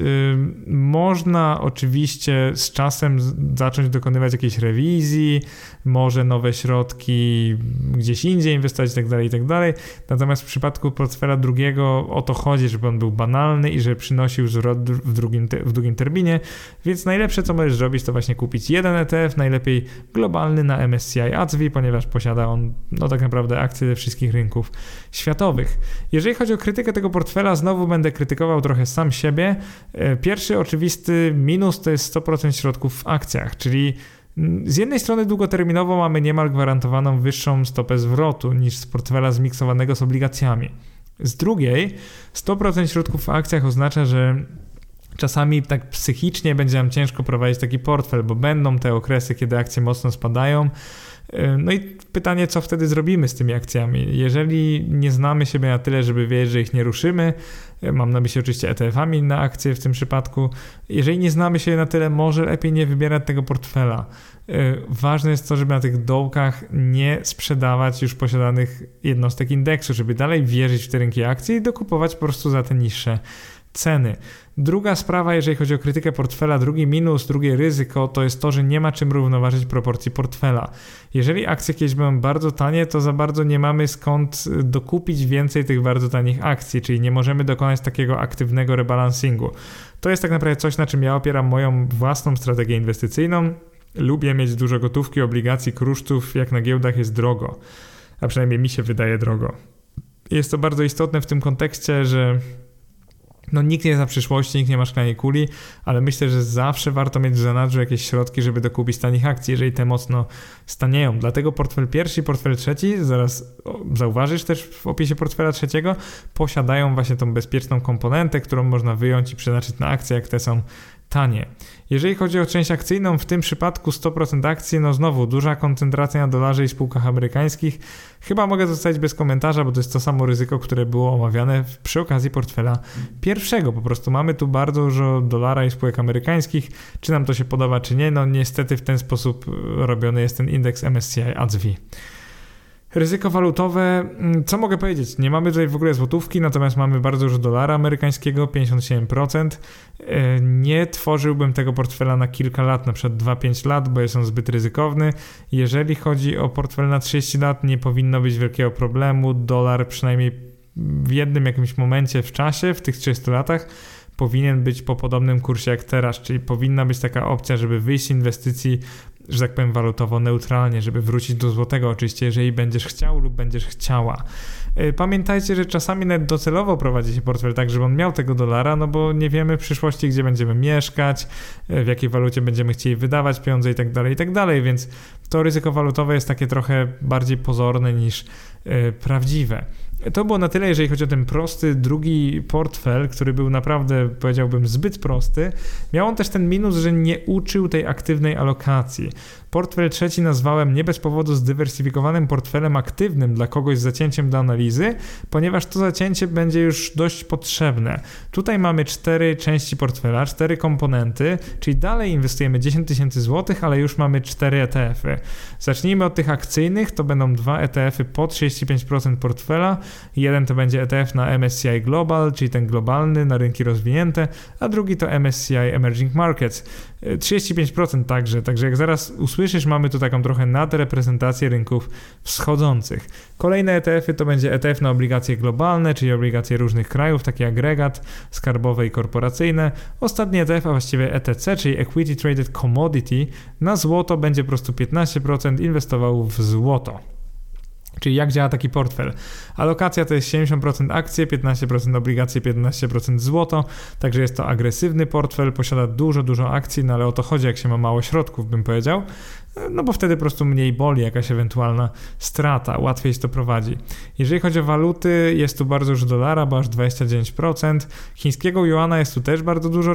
Można oczywiście z czasem zacząć dokonywać jakiejś rewizji, może nowe środki gdzieś indziej inwestować i tak dalej. Natomiast w przypadku portfela drugiego o to chodzi, żeby on był banalny i żeby przynosił zwrot w długim terminie, więc najlepsze co możesz zrobić to właśnie kupić jeden ETF, najlepiej globalny na MSCI ACWI, ponieważ posiada on tak naprawdę akcje ze wszystkich rynków światowych. Jeżeli chodzi o krytykę tego portfela, znowu będę krytykował trochę sam siebie. Pierwszy oczywisty minus to jest 100% środków w akcjach, czyli z jednej strony długoterminowo mamy niemal gwarantowaną wyższą stopę zwrotu niż z portfela zmiksowanego z obligacjami. Z drugiej 100% środków w akcjach oznacza, że czasami tak psychicznie będzie nam ciężko prowadzić taki portfel, bo będą te okresy, kiedy akcje mocno spadają. No i pytanie, co wtedy zrobimy z tymi akcjami? Jeżeli nie znamy siebie na tyle, żeby wiedzieć, że ich nie ruszymy, mam na myśli oczywiście ETF-ami na akcje w tym przypadku, jeżeli nie znamy się na tyle, może lepiej nie wybierać tego portfela. Ważne jest to, żeby na tych dołkach nie sprzedawać już posiadanych jednostek indeksu, żeby dalej wierzyć w te rynki akcji i dokupować po prostu za te niższe ceny. Druga sprawa, jeżeli chodzi o krytykę portfela, drugi minus, drugie ryzyko, to jest to, że nie ma czym równoważyć proporcji portfela. Jeżeli akcje kiedyś były bardzo tanie, to za bardzo nie mamy skąd dokupić więcej tych bardzo tanich akcji, czyli nie możemy dokonać takiego aktywnego rebalansingu. To jest tak naprawdę coś, na czym ja opieram moją własną strategię inwestycyjną. Lubię mieć dużo gotówki, obligacji, kruszców, jak na giełdach jest drogo, a przynajmniej mi się wydaje drogo. Jest to bardzo istotne w tym kontekście, że nikt nie jest na przyszłości, nikt nie ma szklanej kuli, ale myślę, że zawsze warto mieć w zanadrzu jakieś środki, żeby dokupić tanich akcji, jeżeli te mocno stanieją. Dlatego portfel pierwszy i portfel trzeci, zaraz zauważysz też w opisie portfela trzeciego, posiadają właśnie tą bezpieczną komponentę, którą można wyjąć i przeznaczyć na akcje, jak te są tanie. Jeżeli chodzi o część akcyjną, w tym przypadku 100% akcji, znowu duża koncentracja na dolarze i spółkach amerykańskich. Chyba mogę zostawić bez komentarza, bo to jest to samo ryzyko, które było omawiane przy okazji portfela pierwszego. Po prostu mamy tu bardzo dużo dolara i spółek amerykańskich. Czy nam to się podoba, czy nie? Niestety w ten sposób robiony jest ten indeks MSCI ADV. Ryzyko walutowe, co mogę powiedzieć? Nie mamy tutaj w ogóle złotówki, natomiast mamy bardzo dużo dolara amerykańskiego, 57%. Nie tworzyłbym tego portfela na kilka lat, na przykład 2-5 lat, bo jest on zbyt ryzykowny. Jeżeli chodzi o portfel na 30 lat, nie powinno być wielkiego problemu. Dolar przynajmniej w jednym jakimś momencie w czasie, w tych 30 latach, powinien być po podobnym kursie jak teraz, czyli powinna być taka opcja, żeby wyjść z inwestycji, że tak powiem, walutowo neutralnie, żeby wrócić do złotego oczywiście, jeżeli będziesz chciał lub będziesz chciała. Pamiętajcie, że czasami nawet docelowo prowadzi się portfel tak, żeby on miał tego dolara, bo nie wiemy w przyszłości, gdzie będziemy mieszkać, w jakiej walucie będziemy chcieli wydawać pieniądze i tak dalej, więc to ryzyko walutowe jest takie trochę bardziej pozorne niż prawdziwe. To było na tyle, jeżeli chodzi o ten prosty drugi portfel, który był naprawdę, powiedziałbym, zbyt prosty. Miał on też ten minus, że nie uczył tej aktywnej alokacji. Portfel trzeci nazwałem nie bez powodu zdywersyfikowanym portfelem aktywnym dla kogoś z zacięciem do analizy, ponieważ to zacięcie będzie już dość potrzebne. Tutaj mamy 4 części portfela, 4 komponenty, czyli dalej inwestujemy 10 000 złotych, ale już mamy 4 ETF-y. Zacznijmy od tych akcyjnych, to będą 2 ETF-y po 35% portfela. Jeden to będzie ETF na MSCI Global, czyli ten globalny, na rynki rozwinięte, a drugi to MSCI Emerging Markets. 35% także jak zaraz usłyszysz, mamy tu taką trochę nadreprezentację rynków wschodzących. Kolejne ETF-y to będzie ETF na obligacje globalne, czyli obligacje różnych krajów, taki agregat, skarbowe i korporacyjne. Ostatni ETF, a właściwie ETC, czyli Equity Traded Commodity, na złoto będzie po prostu 15% inwestował w złoto. Czyli jak działa taki portfel? Alokacja to jest 70% akcje, 15% obligacje, 15% złoto, także jest to agresywny portfel, posiada dużo akcji, ale o to chodzi, jak się ma mało środków, bym powiedział, bo wtedy po prostu mniej boli jakaś ewentualna strata, łatwiej się to prowadzi. Jeżeli chodzi o waluty, jest tu bardzo dużo dolara, bo aż 29%, chińskiego juana jest tu też bardzo dużo,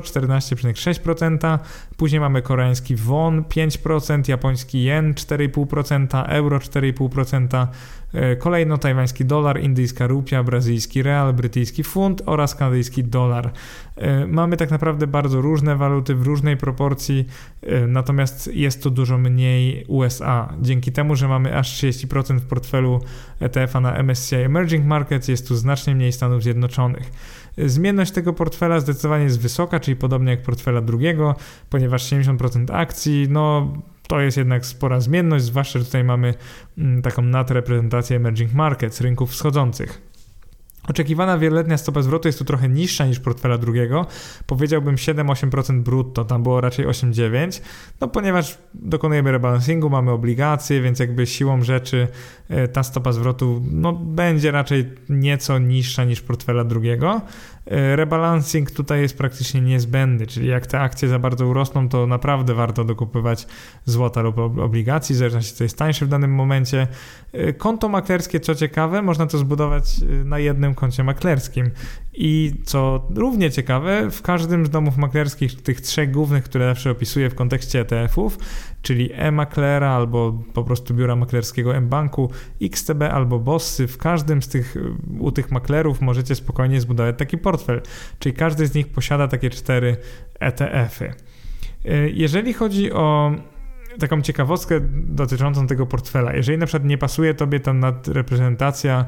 14,6%, później mamy koreański won 5%, japoński jen 4,5%, euro 4,5%, kolejno tajwański dolar, indyjska rupia, brazylijski real, brytyjski funt oraz kanadyjski dolar. Mamy tak naprawdę bardzo różne waluty w różnej proporcji, natomiast jest to dużo mniej USA. Dzięki temu, że mamy aż 30% w portfelu ETF-a na MSCI Emerging Markets, jest tu znacznie mniej Stanów Zjednoczonych. Zmienność tego portfela zdecydowanie jest wysoka, czyli podobnie jak portfela drugiego, ponieważ 70% akcji, to jest jednak spora zmienność, zwłaszcza, że tutaj mamy taką nadreprezentację emerging markets, rynków wschodzących. Oczekiwana wieloletnia stopa zwrotu jest tu trochę niższa niż portfela drugiego, powiedziałbym 7-8% brutto, tam było raczej 8-9%, ponieważ dokonujemy rebalansingu, mamy obligacje, więc jakby siłą rzeczy ta stopa zwrotu będzie raczej nieco niższa niż portfela drugiego. Rebalancing tutaj jest praktycznie niezbędny, czyli jak te akcje za bardzo urosną, to naprawdę warto dokupywać złota lub obligacji, w zależności co jest tańsze w danym momencie. Konto maklerskie, co ciekawe, można to zbudować na jednym koncie maklerskim I co równie ciekawe, w każdym z domów maklerskich, tych 3 głównych, które zawsze opisuję w kontekście ETF-ów, czyli e-maklera albo po prostu biura maklerskiego mBanku, XTB albo Bossy, w każdym z u tych maklerów możecie spokojnie zbudować taki portfel, czyli każdy z nich posiada takie 4 ETF-y. Jeżeli chodzi o taką ciekawostkę dotyczącą tego portfela, jeżeli na przykład nie pasuje tobie ta nadreprezentacja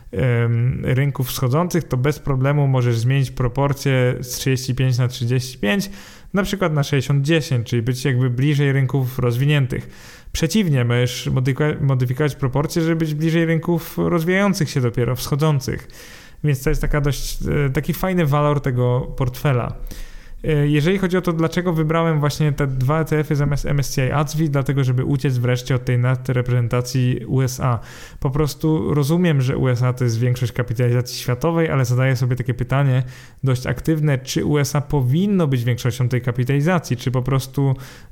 rynków wschodzących, to bez problemu możesz zmienić proporcje z 35 na 35, na przykład na 60-10, czyli być jakby bliżej rynków rozwiniętych. Przeciwnie, możesz modyfikować proporcje, żeby być bliżej rynków rozwijających się dopiero, wschodzących. Więc to jest taki fajny walor tego portfela. Jeżeli chodzi o to, dlaczego wybrałem właśnie te 2 ETF-y zamiast MSCI ACWI, dlatego żeby uciec wreszcie od tej nadreprezentacji USA. Po prostu rozumiem, że USA to jest większość kapitalizacji światowej, ale zadaję sobie takie pytanie dość aktywne, czy USA powinno być większością tej kapitalizacji, czy po prostu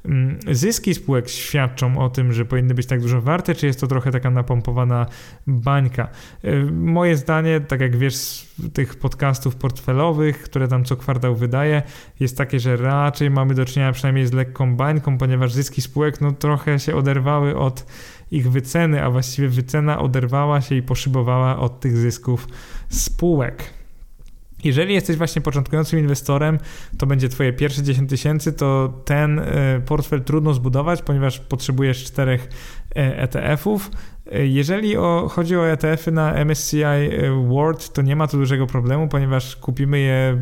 zyski spółek świadczą o tym, że powinny być tak dużo warte, czy jest to trochę taka napompowana bańka. Moje zdanie, tak jak wiesz z tych podcastów portfelowych, które tam co kwartał wydaję, jest takie, że raczej mamy do czynienia przynajmniej z lekką bańką, ponieważ zyski spółek trochę się oderwały od ich wyceny, a właściwie wycena oderwała się i poszybowała od tych zysków spółek. Jeżeli jesteś właśnie początkującym inwestorem, to będzie twoje pierwsze 10 tysięcy, to ten portfel trudno zbudować, ponieważ potrzebujesz 4 ETF-ów. Jeżeli chodzi o ETF-y na MSCI World, to nie ma tu dużego problemu, ponieważ kupimy je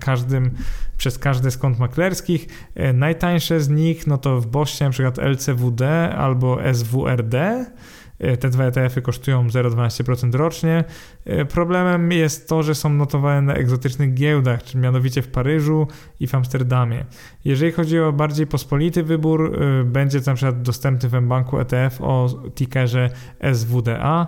przez każdy z kont maklerskich. Najtańsze z nich, to w Bossie na przykład LCWD albo SWRD. Te 2 ETF-y kosztują 0,12% rocznie. Problemem jest to, że są notowane na egzotycznych giełdach, czyli mianowicie w Paryżu i w Amsterdamie. Jeżeli chodzi o bardziej pospolity wybór, będzie na przykład dostępny w mBanku ETF o tickerze SWDA,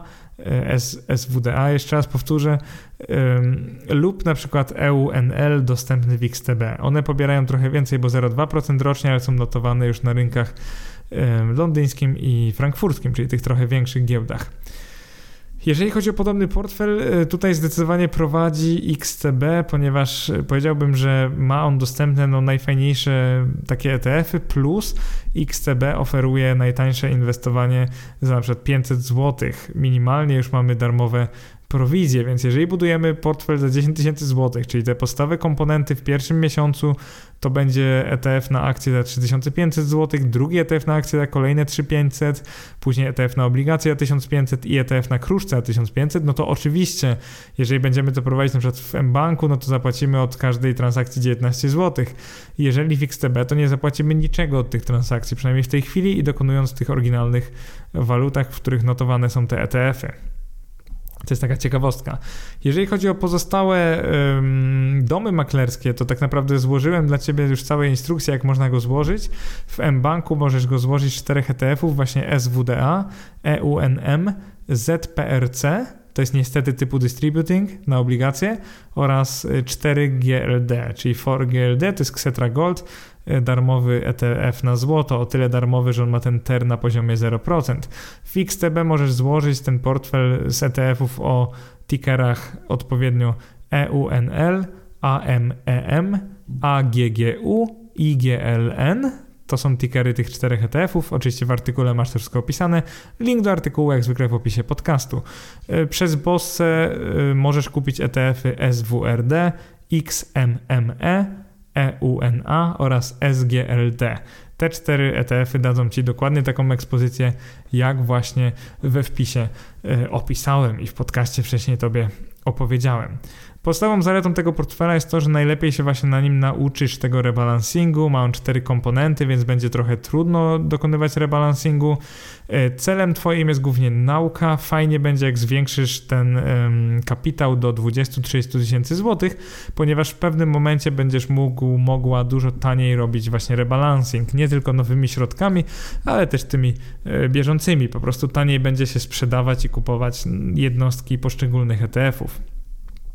jeszcze raz powtórzę, lub na przykład EUNL dostępny w XTB. One pobierają trochę więcej, bo 0,2% rocznie, ale są notowane już na rynkach londyńskim i frankfurckim, czyli tych trochę większych giełdach. Jeżeli chodzi o podobny portfel, tutaj zdecydowanie prowadzi XTB, ponieważ powiedziałbym, że ma on dostępne najfajniejsze takie ETF-y, plus XTB oferuje najtańsze inwestowanie za na przykład 500 zł. Minimalnie już mamy darmowe prowizję, więc jeżeli budujemy portfel za 10 tysięcy złotych, czyli te podstawowe komponenty w pierwszym miesiącu, to będzie ETF na akcje za 3500 zł, drugi ETF na akcje za kolejne 3500, później ETF na obligacje za 1500 i ETF na kruszce za 1500, to oczywiście, jeżeli będziemy to prowadzić na przykład w mBanku, to zapłacimy od każdej transakcji 19 zł. Jeżeli w XTB, to nie zapłacimy niczego od tych transakcji, przynajmniej w tej chwili i dokonując tych oryginalnych walutach, w których notowane są te ETF-y. To jest taka ciekawostka. Jeżeli chodzi o pozostałe domy maklerskie, to tak naprawdę złożyłem dla Ciebie już całe instrukcje, jak można go złożyć. W mBanku możesz go złożyć z 4 ETF-ów, właśnie SWDA, EUNM, ZPRC, to jest niestety typu distributing na obligacje, oraz 4 GLD, czyli 4 GLD to jest Xetra Gold, darmowy ETF na złoto, o tyle darmowy, że on ma ten TER na poziomie 0%. W XTB możesz złożyć ten portfel z ETF-ów o tickerach odpowiednio EUNL, AMEM, AGGU, IGLN. To są tickery tych 4 ETF-ów. Oczywiście w artykule masz to wszystko opisane. Link do artykułu jak zwykle w opisie podcastu. Przez Bosse możesz kupić ETF-y SWRD, XMME, EUNA oraz SGLD. Te 4 ETF-y dadzą Ci dokładnie taką ekspozycję, jak właśnie we wpisie opisałem i w podcaście wcześniej Tobie opowiedziałem. Podstawową zaletą tego portfela jest to, że najlepiej się właśnie na nim nauczysz tego rebalansingu. Ma on 4 komponenty, więc będzie trochę trudno dokonywać rebalansingu. Celem Twoim jest głównie nauka. Fajnie będzie, jak zwiększysz ten kapitał do 20-30 tysięcy złotych, ponieważ w pewnym momencie będziesz mogła dużo taniej robić właśnie rebalancing. Nie tylko nowymi środkami, ale też tymi bieżącymi. Po prostu taniej będzie się sprzedawać i kupować jednostki poszczególnych ETF-ów.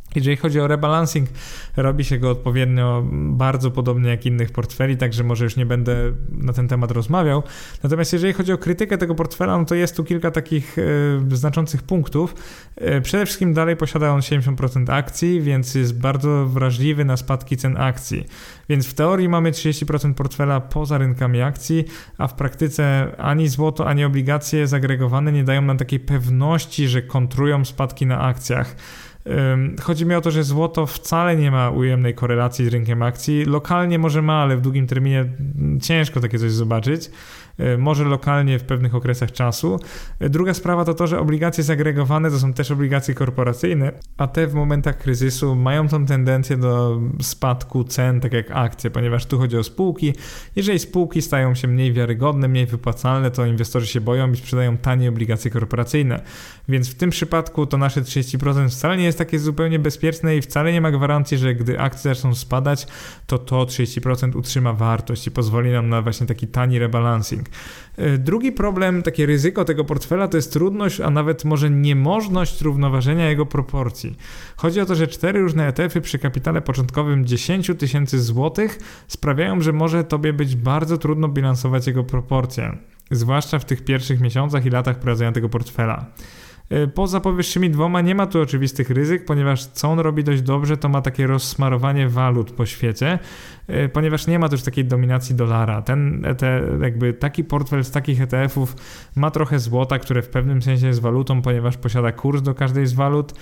Jeżeli chodzi o rebalancing, robi się go odpowiednio bardzo podobnie jak innych portfeli, także może już nie będę na ten temat rozmawiał. Natomiast jeżeli chodzi o krytykę tego portfela, no to jest tu kilka takich znaczących punktów. Przede wszystkim dalej posiada on 70% akcji, więc jest bardzo wrażliwy na spadki cen akcji. Więc w teorii mamy 30% portfela poza rynkami akcji, a w praktyce ani złoto, ani obligacje zagregowane nie dają nam takiej pewności, że kontrują spadki na akcjach. Chodzi mi o to, że złoto wcale nie ma ujemnej korelacji z rynkiem akcji. Lokalnie może ma, ale w długim terminie ciężko takie coś zobaczyć. Może lokalnie w pewnych okresach czasu. Druga sprawa to to, że obligacje zagregowane to są też obligacje korporacyjne, a te w momentach kryzysu mają tą tendencję do spadku cen, tak jak akcje, ponieważ tu chodzi o spółki. Jeżeli spółki stają się mniej wiarygodne, mniej wypłacalne, to inwestorzy się boją i sprzedają tanie obligacje korporacyjne. Więc w tym przypadku to nasze 30% wcale nie jest takie zupełnie bezpieczne i wcale nie ma gwarancji, że gdy akcje zaczną spadać, to 30% utrzyma wartość i pozwoli nam na właśnie taki tani rebalancing. Drugi problem, takie ryzyko tego portfela to jest trudność, a nawet może niemożność równoważenia jego proporcji. Chodzi o to, że 4 różne ETF-y przy kapitale początkowym 10 000 złotych sprawiają, że może tobie być bardzo trudno bilansować jego proporcje, zwłaszcza w tych pierwszych miesiącach i latach prowadzenia tego portfela. Poza powyższymi dwoma nie ma tu oczywistych ryzyk, ponieważ co on robi dość dobrze, to ma takie rozsmarowanie walut po świecie, ponieważ nie ma też takiej dominacji dolara. Taki portfel z takich ETF-ów ma trochę złota, które w pewnym sensie jest walutą, ponieważ posiada kurs do każdej z walut,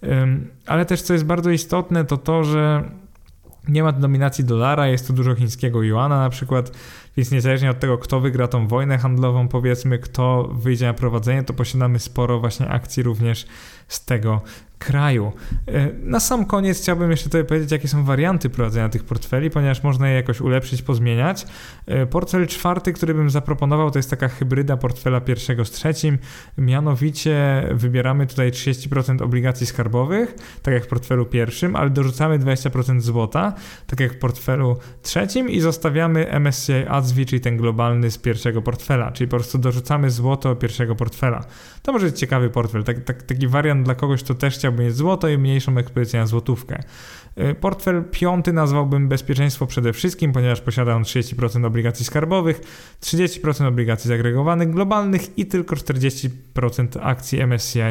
ale też co jest bardzo istotne, to to, że nie ma dominacji dolara, jest tu dużo chińskiego juana na przykład, więc niezależnie od tego, kto wygra tą wojnę handlową, powiedzmy, kto wyjdzie na prowadzenie, to posiadamy sporo właśnie akcji również z tego kraju. Na sam koniec chciałbym jeszcze tutaj powiedzieć, jakie są warianty prowadzenia tych portfeli, ponieważ można je jakoś ulepszyć, pozmieniać. Portfel czwarty, który bym zaproponował, to jest taka hybryda portfela pierwszego z trzecim. Mianowicie wybieramy tutaj 30% obligacji skarbowych, tak jak w portfelu pierwszym, ale dorzucamy 20% złota, tak jak w portfelu trzecim i zostawiamy MSCI ASWI, czyli ten globalny z pierwszego portfela, czyli po prostu dorzucamy złoto pierwszego portfela. To może być ciekawy portfel, taki wariant dla kogoś, kto też chciałby mieć złoto i mniejszą ekspozycję na złotówkę. Portfel piąty nazwałbym bezpieczeństwo przede wszystkim, ponieważ posiada on 30% obligacji skarbowych, 30% obligacji zagregowanych globalnych i tylko 40% akcji MSCI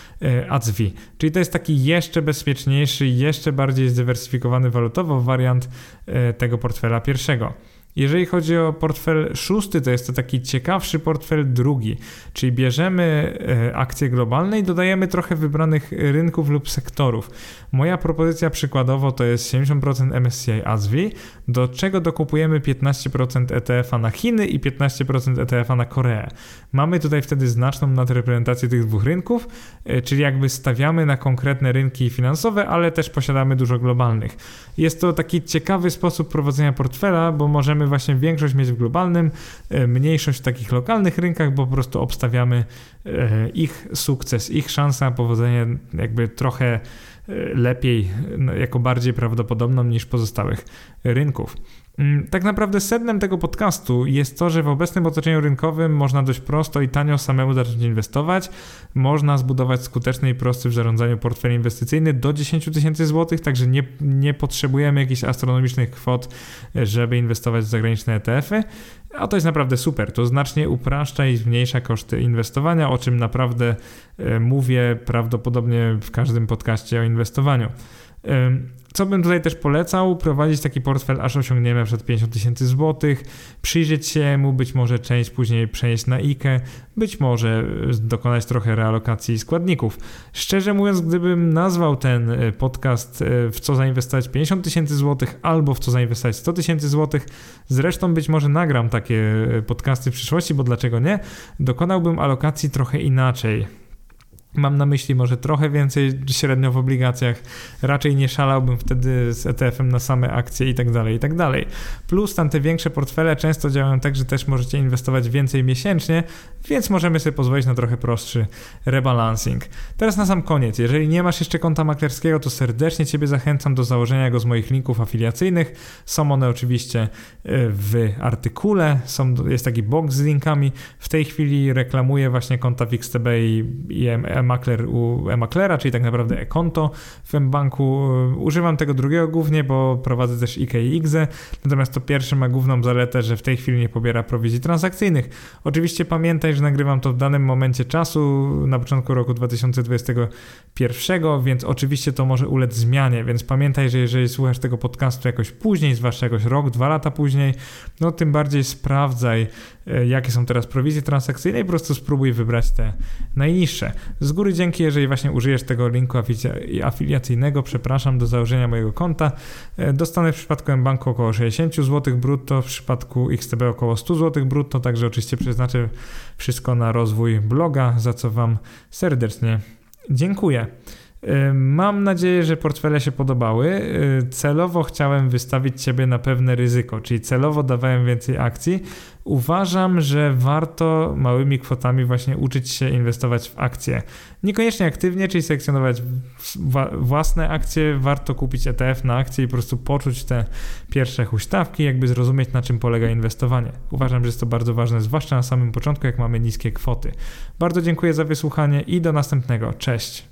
ASWI. Czyli to jest taki jeszcze bezpieczniejszy, jeszcze bardziej zdywersyfikowany walutowo wariant tego portfela pierwszego. Jeżeli chodzi o portfel szósty, to jest to taki ciekawszy portfel drugi, czyli bierzemy akcje globalne i dodajemy trochę wybranych rynków lub sektorów. Moja propozycja przykładowo to jest 70% MSCI ASWI, do czego dokupujemy 15% ETF-a na Chiny i 15% ETF-a na Koreę. Mamy tutaj wtedy znaczną nadreprezentację tych dwóch rynków, czyli jakby stawiamy na konkretne rynki finansowe, ale też posiadamy dużo globalnych. Jest to taki ciekawy sposób prowadzenia portfela, bo możemy właśnie większość mieć w globalnym, mniejszość w takich lokalnych rynkach, bo po prostu obstawiamy ich sukces, ich szansę na powodzenie jakby trochę lepiej, jako bardziej prawdopodobną niż pozostałych rynków. Tak naprawdę sednem tego podcastu jest to, że w obecnym otoczeniu rynkowym można dość prosto i tanio samemu zacząć inwestować. Można zbudować skuteczny i prosty w zarządzaniu portfel inwestycyjny do 10 000 złotych, także nie potrzebujemy jakichś astronomicznych kwot, żeby inwestować w zagraniczne ETF-y, a to jest naprawdę super. To znacznie upraszcza i zmniejsza koszty inwestowania, o czym naprawdę mówię prawdopodobnie w każdym podcaście o inwestowaniu. Co bym tutaj też polecał? Prowadzić taki portfel, aż osiągniemy na przykład 50 000 złotych, przyjrzeć się mu, być może część później przenieść na IKE, być może dokonać trochę realokacji składników. Szczerze mówiąc, gdybym nazwał ten podcast w co zainwestować 50 000 złotych albo w co zainwestować 100 000 złotych, zresztą być może nagram takie podcasty w przyszłości, bo dlaczego nie? Dokonałbym alokacji trochę inaczej. Mam na myśli może trochę więcej średnio w obligacjach, raczej nie szalałbym wtedy z ETF-em na same akcje i tak dalej. Plus tam te większe portfele często działają tak, że też możecie inwestować więcej miesięcznie, więc możemy sobie pozwolić na trochę prostszy rebalancing. Teraz na sam koniec, jeżeli nie masz jeszcze konta maklerskiego, to serdecznie Ciebie zachęcam do założenia go z moich linków afiliacyjnych. Są one oczywiście w artykule, jest taki box z linkami. W tej chwili reklamuję właśnie konta w XTB i e-makler u e-maklera, czyli tak naprawdę e-konto w mBanku. Używam tego drugiego głównie, bo prowadzę też IKE i IGZE, natomiast to pierwsze ma główną zaletę, że w tej chwili nie pobiera prowizji transakcyjnych. Oczywiście pamiętaj, że nagrywam to w danym momencie czasu, na początku roku 2021, więc oczywiście to może ulec zmianie, więc pamiętaj, że jeżeli słuchasz tego podcastu jakoś później, zwłaszcza jakoś rok, 2 lata później, no tym bardziej sprawdzaj, jakie są teraz prowizje transakcyjne i po prostu spróbuj wybrać te najniższe. Z góry dzięki, jeżeli właśnie użyjesz tego linku afiliacyjnego, do założenia mojego konta. Dostanę w przypadku mBanku około 60 zł brutto, w przypadku XTB około 100 zł brutto, także oczywiście przeznaczę wszystko na rozwój bloga, za co Wam serdecznie dziękuję. Mam nadzieję, że portfele się podobały. Celowo chciałem wystawić Ciebie na pewne ryzyko, czyli celowo dawałem więcej akcji. Uważam, że warto małymi kwotami właśnie uczyć się inwestować w akcje. Niekoniecznie aktywnie, czyli selekcjonować własne akcje, warto kupić ETF na akcje i po prostu poczuć te pierwsze huśtawki, jakby zrozumieć, na czym polega inwestowanie. Uważam, że jest to bardzo ważne, zwłaszcza na samym początku, jak mamy niskie kwoty. Bardzo dziękuję za wysłuchanie i do następnego. Cześć!